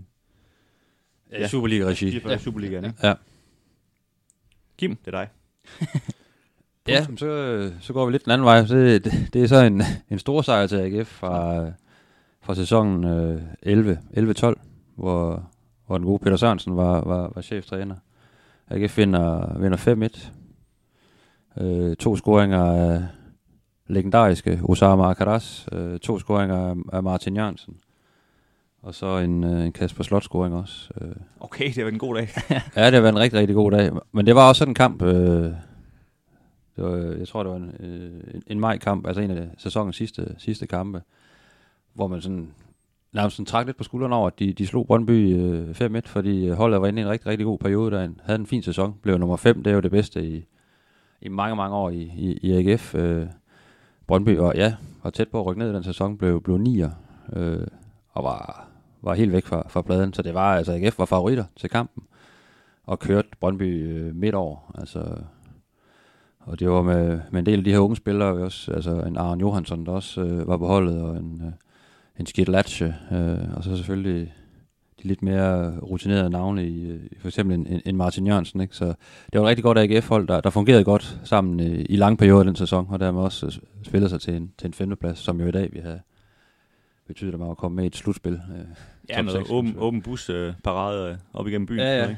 ja, ja. Superliga-regi. fireogfyrre ja. Superligaen, ikke? Ja. Kim, det er dig. Ja, så, så går vi lidt den anden vej. Det, det, det er så en, en stor sejr til A G F fra, fra sæsonen øh, elleve tolv, hvor, hvor den gode Peter Sørensen var, var, var cheftræner. A G F vinder, vinder fem et. Øh, to scoringer af legendariske Osama Akaras, øh, to scoringer af Martin Jørgensen, og så en, øh, en Kasper Slot-scoring også. Øh. Okay, det var en god dag. Ja, det har været en rigtig, rigtig god dag. Men det var også sådan en kamp, øh, det var, jeg tror, det var en, øh, en, en maj-kamp, altså en af sæsonens sidste, sidste kampe, hvor man sådan nærmest sådan trak lidt på skuldrene over, at de, de slog Brøndby øh, fem et, fordi holdet var inde i en rigtig, rigtig god periode, der havde en fin sæson, blev nummer fem, det er jo det bedste i, i mange, mange år i, i, i A G F. Øh, Brøndby var, ja, var tæt på at rykke ned i den sæson, blev, blev nier, øh, og var, var helt væk fra, fra pladen, så det var, altså A G F var favoritter til kampen, og kørte Brøndby øh, midt over, altså, og det var med, med en del af de her unge spillere også, altså en Aron Johansson, der også øh, var på holdet, og en, øh, en Skidlatche, øh, og så selvfølgelig de lidt mere rutinerede navne i, øh, for eksempel en, en, en Martin Jørgensen, ikke? Så det var et rigtig godt A G F-hold, der, der fungerede godt sammen øh, i lange perioder af den sæson, og dermed også øh, spillede sig til en, til en femteplads, som jo i dag vi har betydet, at man var kommet med i et slutspil. Øh, ja, noget åben, åben bus øh, parade øh, op igennem byen. Ja, ja.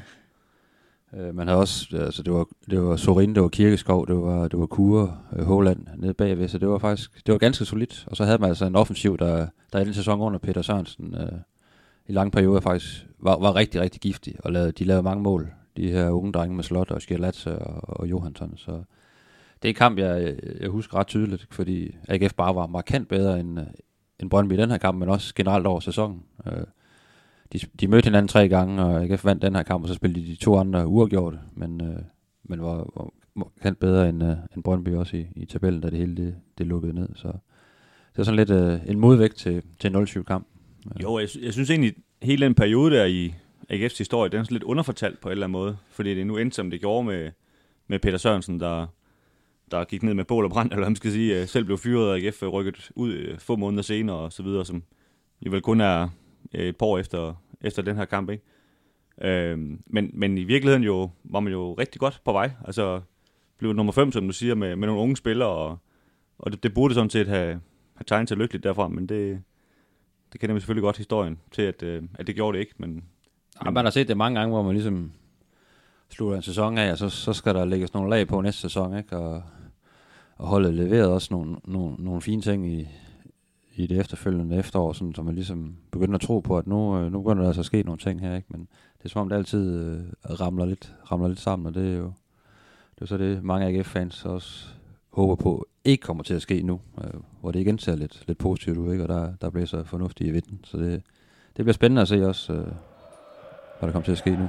Øh, man havde også, altså det var, det var Sorin, det var Kirkeskov, det var, det var Kure, øh, Håland nede bagved, så det var faktisk, det var ganske solidt. Og så havde man altså en offensiv, der, der i den sæson under Peter Sørensen øh, i lange perioder faktisk var, var rigtig, rigtig giftig, og lavede, de lavede mange mål, de her unge drenge med Slot og Skjerlatse og, og Johansson. Så det er en kamp, jeg, jeg husker ret tydeligt, fordi A G F bare var markant bedre end, end Brøndby i den her kamp, men også generelt over sæsonen. Øh, De, de mødte hinanden tre gange, og A G F vandt den her kamp, og så spillede de de to andre uafgjorte, men, øh, men var, var markant bedre end, øh, end Brøndby også i, i tabellen, da det hele det, det lukkede ned. Så det var sådan lidt øh, en modvægt til, til nul syv kamp. Jo, jeg, jeg synes egentlig, hele den periode der i A G F's historie, den er sådan lidt underfortalt på en eller anden måde, fordi det nu endte, som det gjorde med, med Peter Sørensen, der, der gik ned med bål og brand, eller hvad man skal sige, selv blev fyret, og A G F rykket ud få måneder senere, og så videre, som jo vel kun er et par år efter, efter den her kamp, ikke? Øhm, men, men i virkeligheden jo, var man jo rigtig godt på vej. Altså, blev nummer fem, som du siger, med, med nogle unge spillere, og, og det, det burde sådan set have, have tegnet sig lykkeligt derfra, men det, det kender vi selvfølgelig godt historien til, at, øh, at det gjorde det ikke. Men, ja, men man har set det mange gange, hvor man ligesom slutter en sæson af, og så, så skal der lægges nogle lag på næste sæson, ikke? Og, og holdet leverede også nogle, nogle, nogle fine ting i i det efterfølgende efterår, sådan, så man ligesom begynder at tro på, at nu, øh, nu begynder der altså at ske nogle ting her, ikke? Men det er som om, det altid øh, ramler, lidt, ramler lidt sammen, og det er jo det er så det, mange A G F-fans også håber på, ikke kommer til at ske nu, øh, hvor det igen ser lidt, lidt positivt ud, ikke? Og der, der bliver så fornuftigt i vinden, så det, det bliver spændende at se også, øh, hvad der kommer til at ske nu.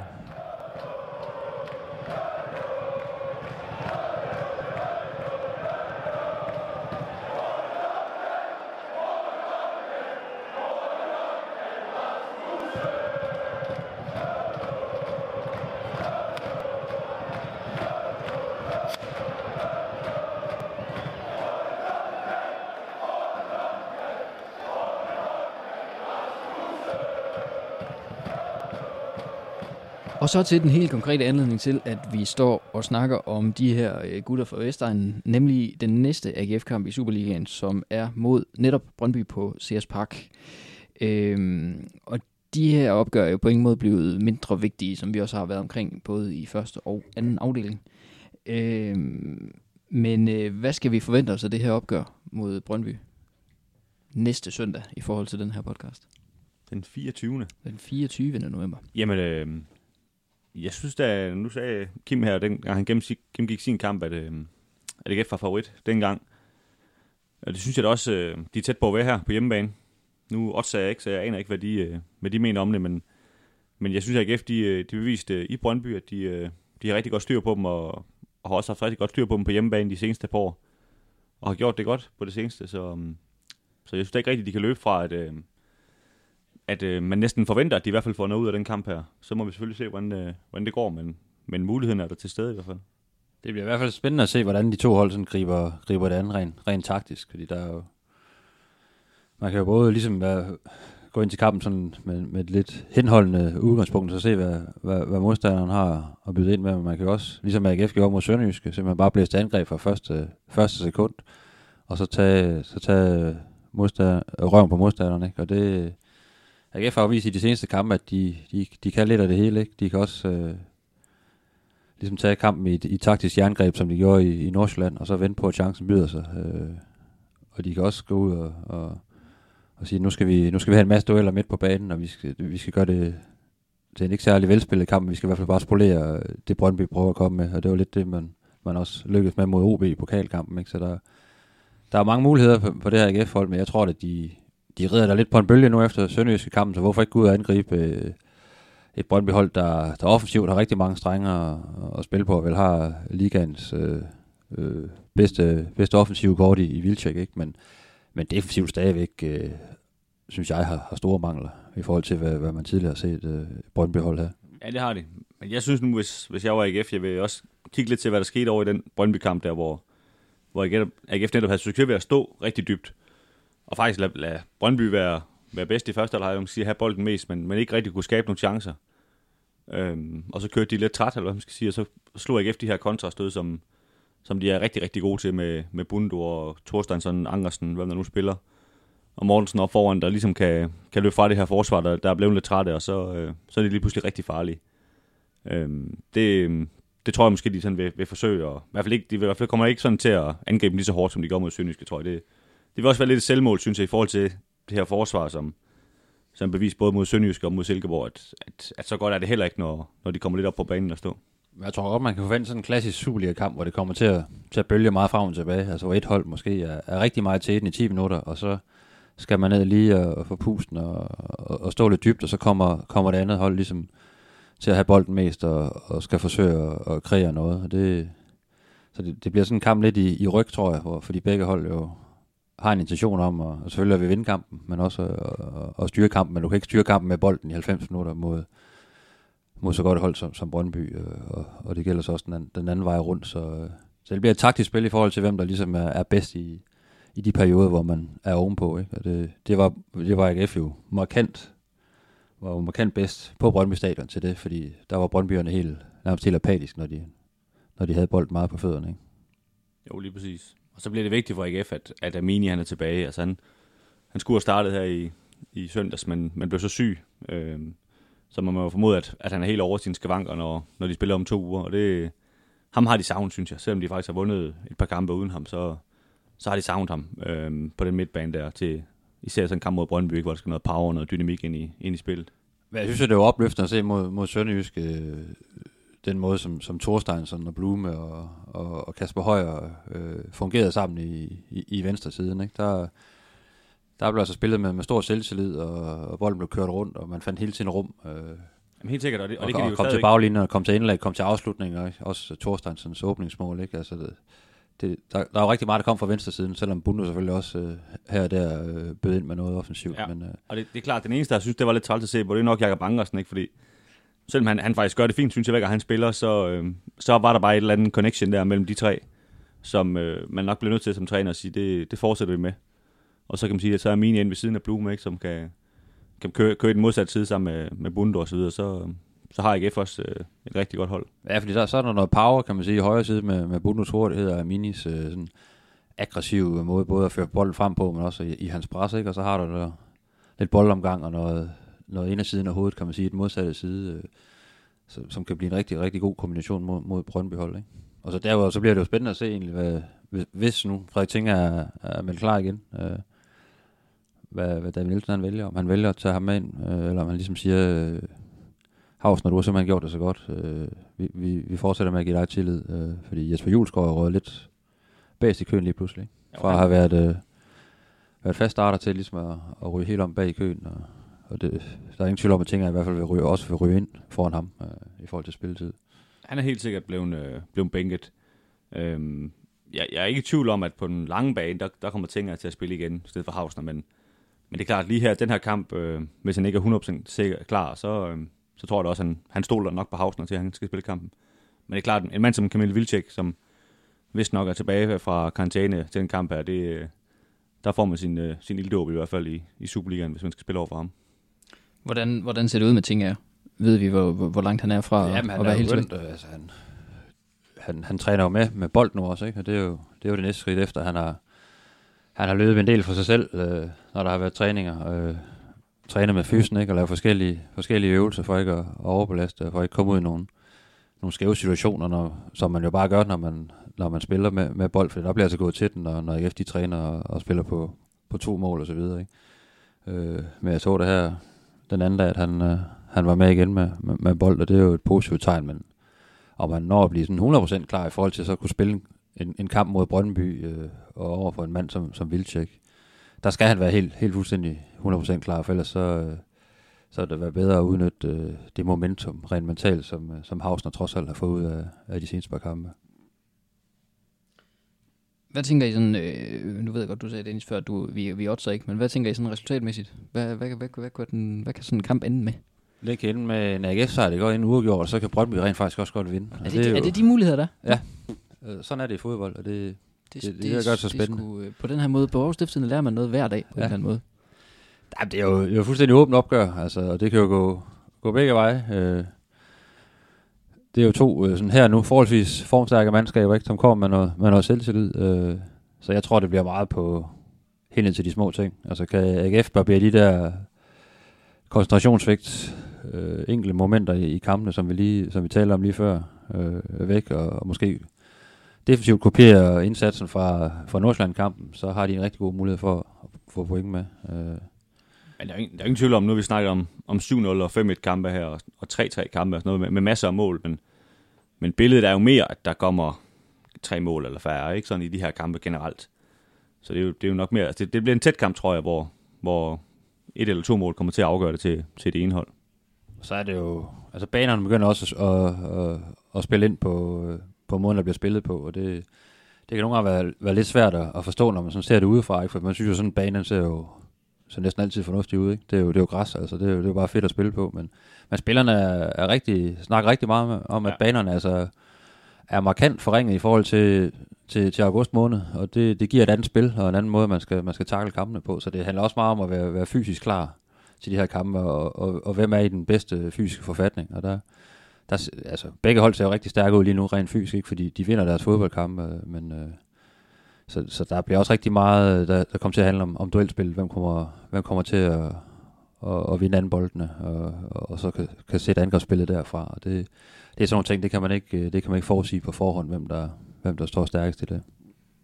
Og så til den helt konkrete anledning til, at vi står og snakker om de her øh, gutter fra Vestegnen, nemlig den næste A G F-kamp i Superligaen, som er mod netop Brøndby på C S Park. Øhm, og de her opgør er jo på ingen måde blevet mindre vigtige, som vi også har været omkring, både i første og anden afdeling. Øhm, men øh, hvad skal vi forvente os af det her opgør mod Brøndby næste søndag i forhold til den her podcast? Den fireogtyvende Den fireogtyvende november. Jamen, øh, jeg synes da, nu sagde Kim her, den, han gennemgik sin kamp, at, øh, at A G F var favorit dengang. Og det synes jeg da også, øh, de er tæt på at være her på hjemmebane. Nu odds jeg ikke, så jeg aner ikke, hvad de, øh, hvad de mener om det, men, men jeg synes, at A G F, de, de beviste øh, i Brøndby, at de, øh, de har rigtig godt styr på dem, og, og har også haft rigtig godt styr på dem på hjemmebane de seneste par år, og har gjort det godt på det seneste, så, um, så jeg synes da ikke rigtigt, de kan løbe fra, at, øh, at øh, man næsten forventer, at de i hvert fald får noget ud af den kamp her. Så må vi selvfølgelig se, hvordan, øh, hvordan det går, men, men muligheden er der til stede i hvert fald. Det bliver i hvert fald spændende at se, hvordan de to hold sådan griber, griber det andet rent, rent taktisk, fordi der er jo, man kan jo både ligesom være, gå ind til kampen sådan med, med et lidt henholdende udgangspunkt, og se, hvad, hvad, hvad modstanderen har at byde ind med, men man kan jo også, ligesom A G F gjorde mod Sønderjyske, simpelthen bare blæse angreb fra første, første sekund, og så tage, så tage modstander, røven på modstanderen, ikke? Og det, A G F har jo vist i de seneste kampe, at de, de, de kan lidt af det hele, ikke? De kan også øh, ligesom tage kampen i, i taktisk jerngreb, som de gjorde i, i Nordsjælland, og så vente på, at chancen byder sig. Øh, og de kan også gå ud og, og, og sige, nu skal, vi, nu skal vi have en masse dueller midt på banen, og vi skal, vi skal gøre det til en ikke særlig velspillet kamp, vi skal i hvert fald bare spolere det Brøndby prøver at komme med, og det var lidt det, man, man også lykkedes med mod O B i pokalkampen, ikke? Så der, der er mange muligheder på, på det her A G F-hold, men jeg tror, at de, de rider der lidt på en bølge nu efter Sønderjyske kampen, så hvorfor ikke gå ud og angribe øh, et Brøndby-hold, der, der offensivt har rigtig mange strenge at, at spille på, og vel har ligaens øh, øh, bedste, bedste offensive kort i, i Wilczek, ikke? Men, men defensivt stadigvæk, øh, synes jeg, har, har store mangler i forhold til, hvad, hvad man tidligere har set øh, Brøndby-hold her. Ja, det har de. Men jeg synes nu, hvis, hvis jeg var A G F, jeg vil også kigge lidt til, hvad der skete over i den Brøndby-kamp der, hvor, hvor A G F netop havde succes ved at stå rigtig dybt. Og faktisk lade, lade Brøndby være, være bedst i første halvleg, man skal sige, have bolden mest, men, men ikke rigtig kunne skabe nogle chancer. Øhm, og så kørte de lidt træt, eller hvad man skal sige, og så slog A G F de her kontrastød, som, som de er rigtig, rigtig gode til med, med Bundo og Thorsteinsson, Angersen, hvem der nu spiller. Og Mortensen op foran, der ligesom kan, kan løbe fra det her forsvar, der, der er blevet lidt trætte, og så, øh, så er det lige pludselig rigtig farlige. Øhm, det, det tror jeg måske, de sådan vil, vil forsøge, og i hvert fald ikke, de vil, i hvert fald kommer ikke sådan til at angribe lige så hårdt, som de gør mod Sønderjyske, tror jeg. Det, det vil også være lidt et selvmål, synes jeg, i forhold til det her forsvar, som, som bevis både mod Sønderjyske og mod Silkeborg, at, at, at så godt er det heller ikke, når, når de kommer lidt op på banen og stå. Jeg tror godt, man kan forvente sådan en klassisk Superliga-kamp, hvor det kommer til at, til at bølge meget frem og tilbage. Altså hvor et hold måske er, er rigtig meget til den i ti minutter, og så skal man ned lige og, og få pusten og, og, og stå lidt dybt, og så kommer, kommer det andet hold ligesom til at have bolden mest og, og skal forsøge at, at kreere noget. Og det, så det, det bliver sådan en kamp lidt i, i ryg, tror jeg, hvor, fordi begge hold jo har en intention om, og, og selvfølgelig at vi vinde kampen, men også at, at, at styre kampen, men du kan ikke styre kampen med bolden i halvfems minutter mod, mod så godt et hold som, som Brøndby, og, og det gælder så også den anden, den anden vej rundt, så, så det bliver et taktisk spil i forhold til, hvem der ligesom er, er bedst i, i de perioder, hvor man er ovenpå, ikke? Og det, det var, det var A G F jo markant, var jo markant bedst på Brøndby Stadion til det, fordi der var Brøndbyerne helt, nærmest helt apatisk, når de, når de havde bolden meget på fødderne, ikke? Jo, lige præcis. Og så bliver det vigtigt for A G F, at, at Amini han er tilbage. Altså han, han skulle have startet her i, i søndags, men man blev så syg. Øhm, så man må jo formode, at, at han er helt over sine skavanker, når, når de spiller om to uger. Og det, ham har de savnet, synes jeg. Selvom de faktisk har vundet et par kampe uden ham, så, så har de savnet ham øhm, på den midtbane der. Til, især sådan en kamp mod Brøndby, hvor der skal noget power og noget dynamik ind i, ind i spillet. Men jeg synes, at det var opløftende at se mod, mod Sønderjysk, øh, den måde, som, som Thorsteinsson og Blume og, og, og Kasper Højer øh, fungerede sammen i, i, i venstre siden, ikke? Der, der blev altså spillet med, med stor selvtillid, og, og bolden blev kørt rundt, og man fandt hele tiden rum. Øh, Jamen helt sikkert, og det, og det og, kan de og jo kom stadig til baglinjen, og kom til indlæg, kom til afslutning, og også Thorsteinssons åbningsmål, ikke? Altså det, det, der, der er jo rigtig meget, der kom fra venstre siden, selvom Bundo selvfølgelig også øh, her og der øh, bød ind med noget offensivt. Ja. Men, øh, og det, det er klart, den eneste, der synes, det var lidt trælt at se på, det er nok Jakob Angersen, ikke? Fordi selvom han, han faktisk gør det fint, synes jeg, hver gang han spiller, så, øh, så var der bare et eller andet connection der mellem de tre, som øh, man nok bliver nødt til som træner at sige, det, det fortsætter vi med. Og så kan man sige, at så er Mini ind ved siden af Blume, ikke, som kan, kan køre, køre i den modsatte side sammen med, med Bundo og så videre, så, så har A G F også øh, et rigtig godt hold. Ja, fordi der, så er der noget power, kan man sige, i højre side med, med Bundos hurtighed og Minis øh, sådan aggressive måde, både at føre bolden frem på, men også i, i hans pres, ikke? Og så har der, der lidt boldomgang og noget, noget indersiden af hovedet, kan man sige, den modsatte side, øh, så, som kan blive en rigtig, rigtig god kombination mod, mod Brøndby-hold, ikke? Og så derudover, så bliver det jo spændende at se egentlig, hvad, hvis, hvis nu Frederik Tinger er, er meldt klar igen, øh, hvad, hvad David Nielsen han vælger, om han vælger at tage ham med ind, øh, eller om han ligesom siger, øh, Havs, når du har simpelthen gjort det så godt, øh, vi, vi, vi fortsætter med at give dig tillid, øh, fordi Jesper Julesgaard er røget lidt bedst i køen lige pludselig, ikke? Fra at have været, øh, været fast starter til ligesom at, at ryge helt om bag i køen, og, og det, der er ingen tvivl om, at Tinger i hvert fald vil ryge, også vil ryge ind foran ham øh, i forhold til spilletid. Han er helt sikkert blevet, øh, blevet bænket. Øhm, jeg, jeg er ikke i tvivl om, at på den lange bane, der, der kommer Tinger til at spille igen, i stedet for Hausner, men, men det er klart, lige her, den her kamp, øh, hvis han ikke er hundrede procent sikker, klar, så, øh, så tror jeg også, at han, han stoler nok på Hausner til, at han skal spille kampen. Men det er klart, en mand som Kamil Wilczek, som vist nok er tilbage fra karantæne til den kamp her, det, der får man sin, øh, sin ilddåb i hvert fald i, i Superligaen, hvis man skal spille over for ham. Hvordan, hvordan ser det ud med Tinger? Ved vi, hvor, hvor, hvor langt han er fra Jamen, at han være er helt begyndt, øh, altså, han, han, han træner jo med, med bold nu også, ikke? Og det er, jo, det er jo det næste skridt efter. Han har, han har løbet en del for sig selv, øh, når der har været træninger. Øh, træner med fysen, ikke? Og lave forskellige, forskellige øvelser for ikke at, at overbelaste, for ikke at komme ud i nogle, nogle skæve situationer, når, som man jo bare gør, når man, når man spiller med, med bold, for der bliver altså gået til den, når, når A G F de træner og, og spiller på, på to mål og så videre. Ikke? Øh, men jeg så det her den anden dag, at han, øh, han var med igen med, med, med bold, og det er jo et positivt tegn, men og man når at blive sådan hundrede procent klar i forhold til så at kunne spille en, en kamp mod Brøndby øh, og over for en mand som, som Wilczek. Der skal han være helt, helt fuldstændig hundrede procent klar, for ellers så, øh, så er det være bedre at udnytte øh, det momentum rent mentalt, som, som Hausner trods alt har fået ud af, af de seneste par kampe. Hvad tænker I sådan, øh, nu ved jeg godt, du sagde Dennis før, du, vi, vi oddser ikke, men hvad tænker I sådan resultatmæssigt? Hvad, hvad, hvad, hvad, hvad, den, hvad kan sådan en kamp ende med? Det kan ende med en A G F-sejr, det går ind uafgjort, og så kan Brøndby rent faktisk også godt vinde. Er det, det er, er det de muligheder der? Ja, sådan er det i fodbold, og det, det, det, det, det gør det så spændende. Sku, på den her måde, på Aarhus lærer man noget hver dag på ja. en eller anden måde. Ja, det er jo, det er jo fuldstændig åbent opgør, altså, og det kan jo gå, gå begge veje. Øh, det er jo to øh, sådan her nu forholdsvis formstærke mandskaber, ikke, som kommer med noget, med noget selvtillid. Øh, så jeg tror, det bliver meget på helt til de små ting. Altså kan A G F barbere de der koncentrationsvægt, øh, enkelte momenter i, i kampene, som vi lige, som vi talte om lige før, øh, væk, og, og måske defensivt kopiere indsatsen fra, fra Nordsjælland-kampen, så har de en rigtig god mulighed for at få point med. Øh. Men der er, ingen, der er ingen tvivl om, nu vi snakker om, om syv nul og fem et kampe her, og, og tre tre kampe og sådan noget, med, med masser af mål, men, men billedet er jo mere, at der kommer tre mål eller færre, ikke sådan i de her kampe generelt. Så det er jo, det er jo nok mere, altså det, det bliver en tæt kamp, tror jeg, hvor, hvor et eller to mål kommer til at afgøre det til, til det ene hold. Så er det jo, altså banerne begynder også at, at, at, at spille ind på, på måden, der bliver spillet på, og det, det kan nogle gange være, være lidt svært at, at forstå, når man sådan ser det udefra, ikke? For man synes jo, sådan en bane ser jo så næsten altid fornuftig ud, ikke? Det er jo, det er jo græs, altså det er jo, det er jo bare fedt at spille på, men, men spillerne er, er rigtig, snakker rigtig meget om, at ja. banerne altså er markant forringet i forhold til, til, til august måned, og det, det giver et andet spil, og en anden måde, man skal, man skal takle kampene på, så det handler også meget om at være, være fysisk klar til de her kampe, og, og, og hvem er i den bedste fysiske forfatning, og der, der altså, begge hold ser jo rigtig stærke ud lige nu, rent fysisk, ikke, fordi de vinder deres fodboldkampe, men øh, så, så der bliver også rigtig meget, der, der kommer til at handle om, om duelspil, hvem kommer, hvem kommer til at, at, at vinde anden boldene, og, og så kan, kan sætte angrebsspillet derfra, og det, det er sådan nogle ting, det kan man ikke, det kan man ikke forudsige på forhånd, hvem der, hvem der står stærkest til det.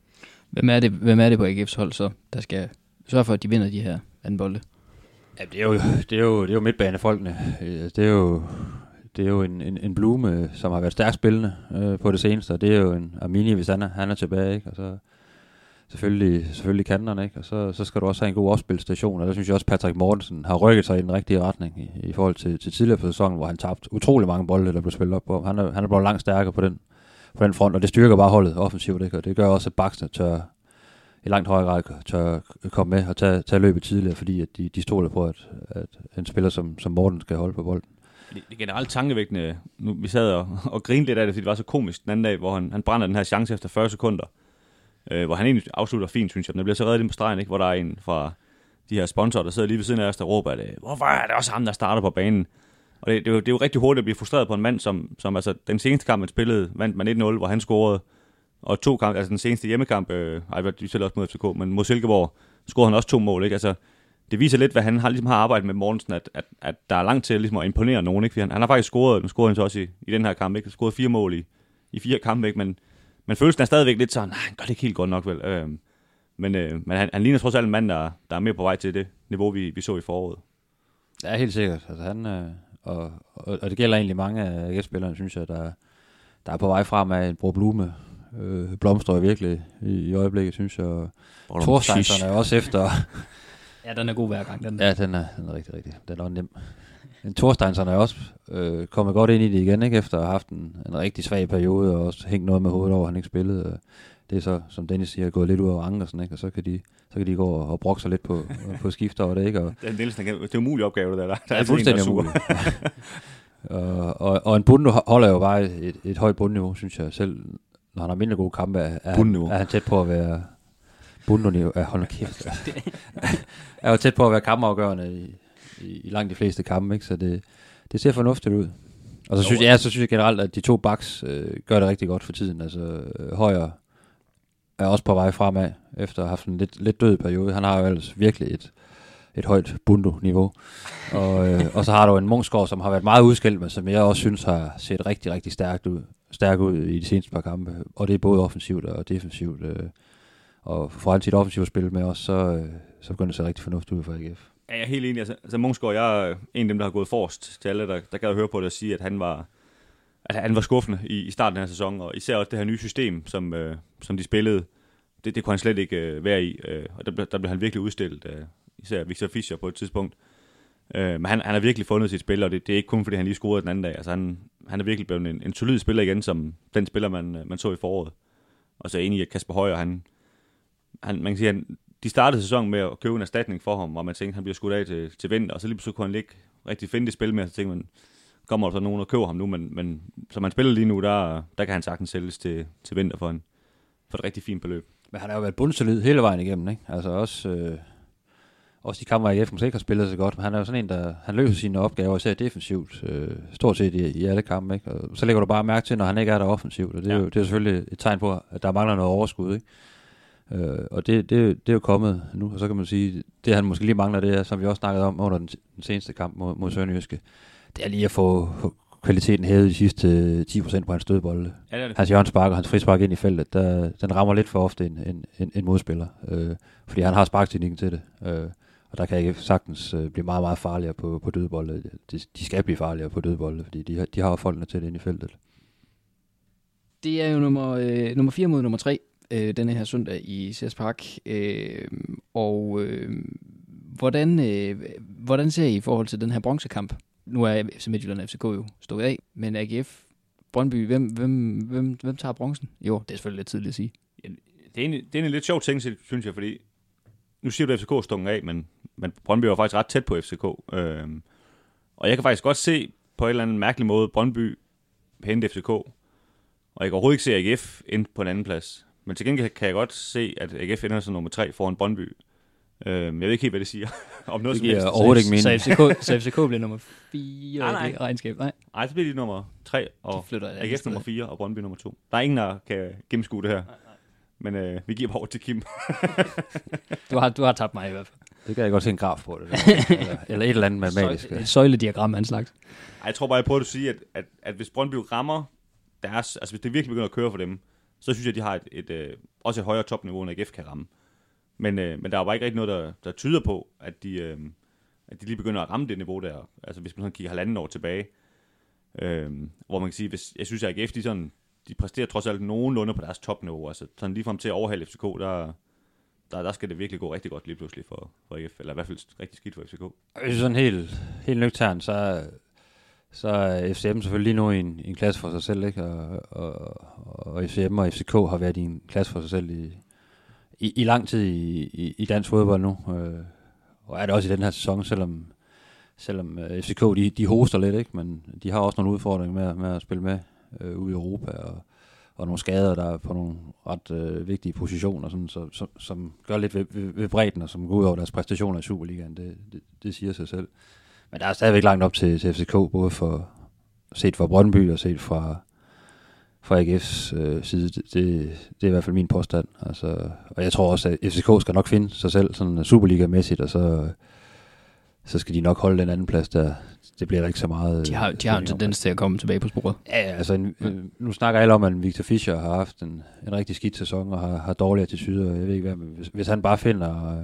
Hvem er det, hvem er det på A G F's hold så, der skal sørge for, at de vinder de her anden bolde? Ja, det er jo, det er jo, det er jo midtbanefolkene. Det er jo, det er jo en, en, en Blume, som har været stærkt spillende øh, på det seneste, og det er jo en Armini, hvis han er, han er tilbage, ikke? Og så selvfølgelig, selvfølgelig kanterne, ikke? Og så, så skal du også have en god opspilstation, og der synes jeg også, Patrick Mortensen har rykket sig i den rigtige retning i, i forhold til, til tidligere på sæsonen, hvor han tabte utrolig mange bolde, der blev spillet op på. Han er, han er blevet langt stærkere på den, på den front, og det styrker bare holdet offensivt, ikke? Og det gør også, at Baksne tør i langt højere grad tør komme med og tage, tage løbet tidligere, fordi at de, de stoler på, at, at en spiller som, som Morten skal holde på bolden. Det er generelt tankevækkende. Nu, vi sad og, og grinede lidt af det, fordi det var så komisk den anden dag, hvor han, han brænder den her chance efter fyrre sekunder, øh, hvor han egentlig afslutter fint, synes jeg. Men det bliver så reddet ind på stregen, ikke? Hvor der er en fra de her sponsorer, der sidder lige ved siden af os, der råber, at hvorfor er det også ham, der starter på banen? Og det, det, er, jo, det er jo rigtig hurtigt at blive frustreret på en mand, som, som altså den seneste kamp, han spillede, vandt man et nul, hvor han scorede. Og to kampe, altså den seneste hjemmekamp, øh, ej, vi spiller også mod F C K, men mod Silkeborg scorede han også to mål, ikke? Altså, det viser lidt, hvad han har, ligesom har arbejdet med Mortensen, at, at, at der er langt til ligesom at imponere nogen, ikke? Fordi han, han har faktisk scoret, nu scorede han så også i, i den her kamp, ikke? Han scorede fire mål i, i fire kampe, ikke? Men, men følelsen er stadigvæk lidt sådan, nej, han gør det ikke helt godt nok, vel? Øh, men øh, men han, han ligner trods alt en mand, der, der er mere på vej til det niveau, vi, vi så i foråret. Ja, helt sikkert. Altså, han, øh, og, og, og det gælder egentlig mange af gæstspillerne, synes jeg, der, der er på vej frem af en Bror Blume. Øh, blomstrer virkelig i, i øjeblikket, synes jeg. Thorsteinsson er også efter. Ja, den er god hver gang. Den. Ja, den er, den er rigtig, rigtig. Den er nem. Men Thorsteinsson er også øh, kommet godt ind i det igen, ikke? Efter at have haft en, en rigtig svag periode, og også hængt noget med hovedet over, han ikke spillede. Det er så, som Dennis siger, gået lidt ud over Ankersen, ikke? Og så kan de, så kan de gå og, og brokke sig lidt på, på skift over det, ikke? Og, det, er Nielsen, det er en umulig opgave, det der. Der er, er fuldstændig umulig. og, og, og en Bundo holder jo bare et, et højt bundniveau, synes jeg selv. Når han har mindre gode kampe, er, er, er han tæt på at være bundniveau. Ja, hold nu kæft. er jo tæt på at være kampafgørende i, i, i langt de fleste kampe, ikke? Så det, det ser fornuftigt ud. Og så synes, ja, så synes jeg generelt, at de to backs øh, gør det rigtig godt for tiden. Altså øh, Højer er også på vej fremad, efter at have haft en lidt, lidt død periode. Han har jo ellers virkelig et, et højt Bundo-niveau. Og, øh, og så har du en Munksgaard, som har været meget udskilt, men som jeg også synes har set rigtig, rigtig stærkt ud, stærk ud i de seneste par kampe. Og det er både offensivt og defensivt. Øh, og for han sit offensivt spil med os, så, øh, så begynder det at se rigtig fornuftigt ud for A G F. Ja, jeg er helt enig. Altså, altså Munksgaard, jeg er en af dem, der har gået forrest til alle, der, der gad høre på det og sige, at han var, at han var skuffende i, i starten af den her sæson. Og især også det her nye system, som, øh, som de spillede, det, det kunne han slet ikke øh, være i. Øh, og der, der blev han virkelig udstillet, øh, især Victor Fischer på et tidspunkt. Øh, men han, han har virkelig fundet sit spil, og det, det er ikke kun, fordi han lige scorede den anden dag. Altså, han, han er virkelig blevet en, en solid spiller igen, som den spiller, man, man så i foråret. Og så er jeg enig i, at Kasper Højer, han, han, man kan sige, han, de startede sæsonen med at købe en erstatning for ham, og man tænkte, han bliver skudt af til, til vinter, og så lige pludselig kunne han ikke rigtig finde det spil med, og så tænkte man, kommer der så nogen og køber ham nu, men, men som han spiller lige nu, der, der kan han sagtens sælges til, til vinter for, en, for et rigtig fint beløb. Men han har jo været bundsolid hele vejen igennem, ikke? Altså også, øh, også de kampe, hvor A G F måske ikke har spillet så godt, men han er jo sådan en, der han løser sine opgaver, især defensivt, øh, stort set i, i alle kampe, ikke? Og så lægger du bare mærke til, når han ikke er der offensivt, og det er ja. jo det er selvfølgelig et tegn på, at der mangler noget overskud, ikke? Øh, og det, det, det er jo kommet nu, og så kan man sige, det han måske lige mangler, det er, som vi også snakkede om under den, den seneste kamp mod, mod Sønderjyske, det er lige at få, få kvaliteten hævet de sidste ti procent på hans dødbolde. Ja, det det. Hans hjørnespark og hans frispark ind i feltet, der, den rammer lidt for ofte en, en, en, en modspiller, øh, fordi han har sparkteknikken til det, øh, og der kan ikke sagtens øh, blive meget, meget farligere på, på dødbolde. De, de skal blive farligere på dødbolde, fordi de, de har folkene til det ind i feltet. Det er jo nummer, øh, nummer fire mod nummer tre. Øh, denne her søndag i C S Park. Øh, og øh, hvordan, øh, hvordan ser I i forhold til den her bronzekamp? Nu er F C Midtjylland og F C K jo stået af, men A G F, Brøndby, hvem, hvem, hvem, hvem tager bronzen? Jo, det er selvfølgelig lidt tidligt at sige. Ja, det, er en, det er en lidt sjov ting, synes jeg, fordi nu siger du, at F C K stunget af, men, men Brøndby var faktisk ret tæt på F C K. Øh, og jeg kan faktisk godt se på en eller anden mærkelig måde Brøndby hente F C K, og jeg kan overhovedet ikke se A G F ind på en anden plads. Men til gengæld kan jeg godt se, at A G F ender som nummer tre foran Brøndby. Øhm, jeg ved ikke helt, hvad det siger. Om noget det giver overhovedet ikke mening. Så F C K, så F C K bliver nummer fire nej, nej. i regnskab? Nej. Nej, så bliver de nummer tre, og A G F nummer fire, og Brøndby nummer to. Der er ingen, der kan gennemskue det her. Nej, nej. Men øh, vi giver bare over til Kim. du, har, du har tabt mig i hvert fald. Det kan jeg godt se en graf på det. eller, eller et eller andet matematisk. Et søjlediagram af en slags. Ej, jeg tror bare, jeg prøver at sige, at, at, at hvis Brøndby rammer deres... Altså hvis det virkelig begynder at køre for dem, så synes jeg, at de har et, et, et, også et højere topniveau, end A G F kan ramme. Men, øh, men der er jo bare ikke rigtig noget, der, der tyder på, at de, øh, at de lige begynder at ramme det niveau der. Altså hvis man sådan kigger halvanden år tilbage, øh, hvor man kan sige, hvis, jeg synes, at A G F, de, sådan, de præsterer trods alt nogenlunde på deres topniveau. Altså sådan lige frem til at overhale F C K, der, der, der skal det virkelig gå rigtig godt lige pludselig for, for A G F, eller i hvert fald rigtig skidt for F C K. Hvis sådan helt, helt nøgtern, så så er F C M selvfølgelig lige nu i en, i en klasse for sig selv, ikke? Og, og, og F C M og F C K har været i en klasse for sig selv i, i, i lang tid i, i, i dansk fodbold nu. Øh, og er det også i den her sæson, selvom, selvom F C K de, de hoster lidt, ikke? Men de har også nogle udfordringer med, med at spille med øh, ude i Europa, og, og nogle skader, der er på nogle ret øh, vigtige positioner, sådan, så, som, som gør lidt ved, ved, ved bredden, og som går ud over deres præstationer i Superligaen. Det, det, det siger sig selv. Men der er stadigvæk langt op til, til F C K, både for set fra Brøndby og set fra, fra A G F's øh, side. Det, det, det er i hvert fald min påstand. Altså, og jeg tror også, at F C K skal nok finde sig selv sådan Superliga-mæssigt, og så, så skal de nok holde den anden plads, der det bliver der ikke så meget. De har, de har en tendens til at komme tilbage på sporet. Ja, altså en, en, nu snakker alle om, at Victor Fischer har haft en, en rigtig skidt sæson, og har, har dårligere til syder. Jeg ved ikke hvad, men hvis, hvis han bare finder...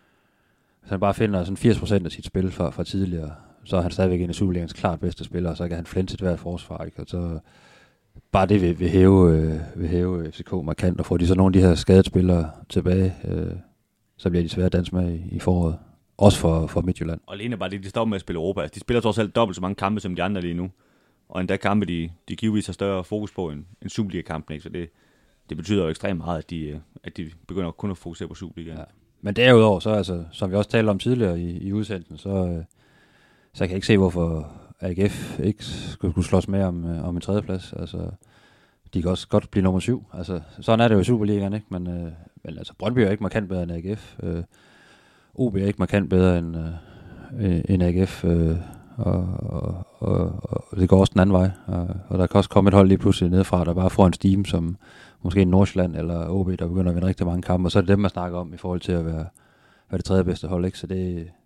Hvis han bare finder sådan firs procent af sit spil fra, fra tidligere, så er han stadigvæk en af Superligans klart bedste spillere, og så kan han flænse et hvert forsvar, ikke? Og så bare det vil, vil, hæve, øh, vil hæve F C K markant, og får de så nogle af de her skadede spillere tilbage, øh, så bliver de svære at danse med i, i foråret. Også for, for Midtjylland. Og alene bare det, de står med at spille Europa. Altså, de spiller trods alt dobbelt så mange kampe som de andre lige nu. Og endda kampe, de, de givetvis har større fokus på end, end Superliga-kampen, ikke? Så det, det betyder jo ekstremt meget, at de, at de begynder kun at fokusere på Superligaen. Ja. Men derudover, så altså, som vi også talte om tidligere i, i udsendelsen, så, øh, så kan jeg ikke se, hvorfor A G F ikke skulle, skulle slås med om, øh, om en tredjeplads. Altså, de kan også godt blive nummer syv. Altså, sådan er det jo i Superligaen, ikke? Men, øh, men altså, Brøndby er ikke markant bedre end A G F. Øh, O B er ikke markant bedre end, øh, end A G F. Øh, og, og, og, og det går også den anden vej. Og, og der kan også komme et hold lige pludselig nedefra, der bare får en steam, som måske en Nordsjælland eller O B, der begynder at vinde rigtig mange kampe, og så er det dem, man snakker om i forhold til at være, være det tredje bedste hold, ikke? Så det,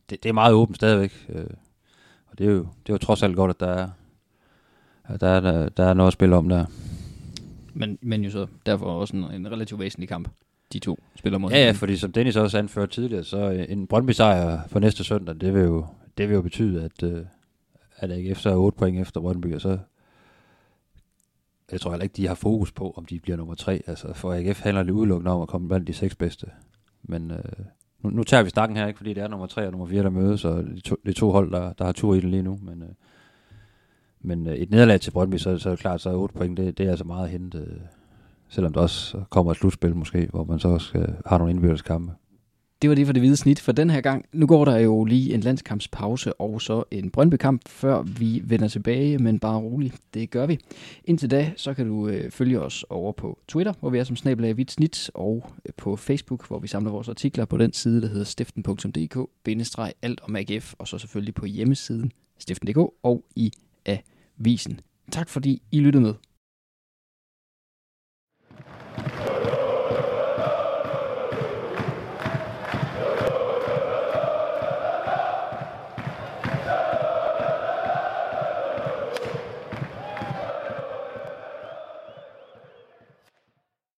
det, det er meget åbent stadigvæk. Øh, og det er, jo, det er jo trods alt godt, at der er, at der er, der, der er noget at spille om der. Men, men jo så derfor også en, en relativt væsentlig kamp, de to spiller mod. Ja, ja, fordi som Dennis også anførte tidligere, så en Brøndby-sejr for næste søndag, det vil jo, det vil jo betyde, at, øh, at A G F så er otte point efter Brøndby, og så jeg tror heller ikke, de har fokus på, om de bliver nummer tre. Altså for A G F handler det udelukkende om at komme blandt de seks bedste. Men øh, nu, nu tager vi snakken her, ikke, fordi det er nummer tre og nummer fire, der mødes, og de to, de to hold, der, der har tur i den lige nu. Men, øh, men øh, et nederlag til Brøndby, så, så er det klart, så er otte point, det, det er altså meget at hente. Øh, selvom der også kommer et slutspil måske, hvor man så også øh, har nogle indbyrdes kampe. Det var det for det hvide snit for den her gang. Nu går der jo lige en landskampspause og så en Brøndby-kamp, før vi vender tilbage, men bare roligt, det gør vi. Indtil da, så kan du øh, følge os over på Twitter, hvor vi er som snabel-a hvidt snit, og øh, på Facebook, hvor vi samler vores artikler på den side, der hedder stiften punktum d k bindestreg alt om A G F, og så selvfølgelig på hjemmesiden stiften punktum d k og i avisen. Tak fordi I lyttede med.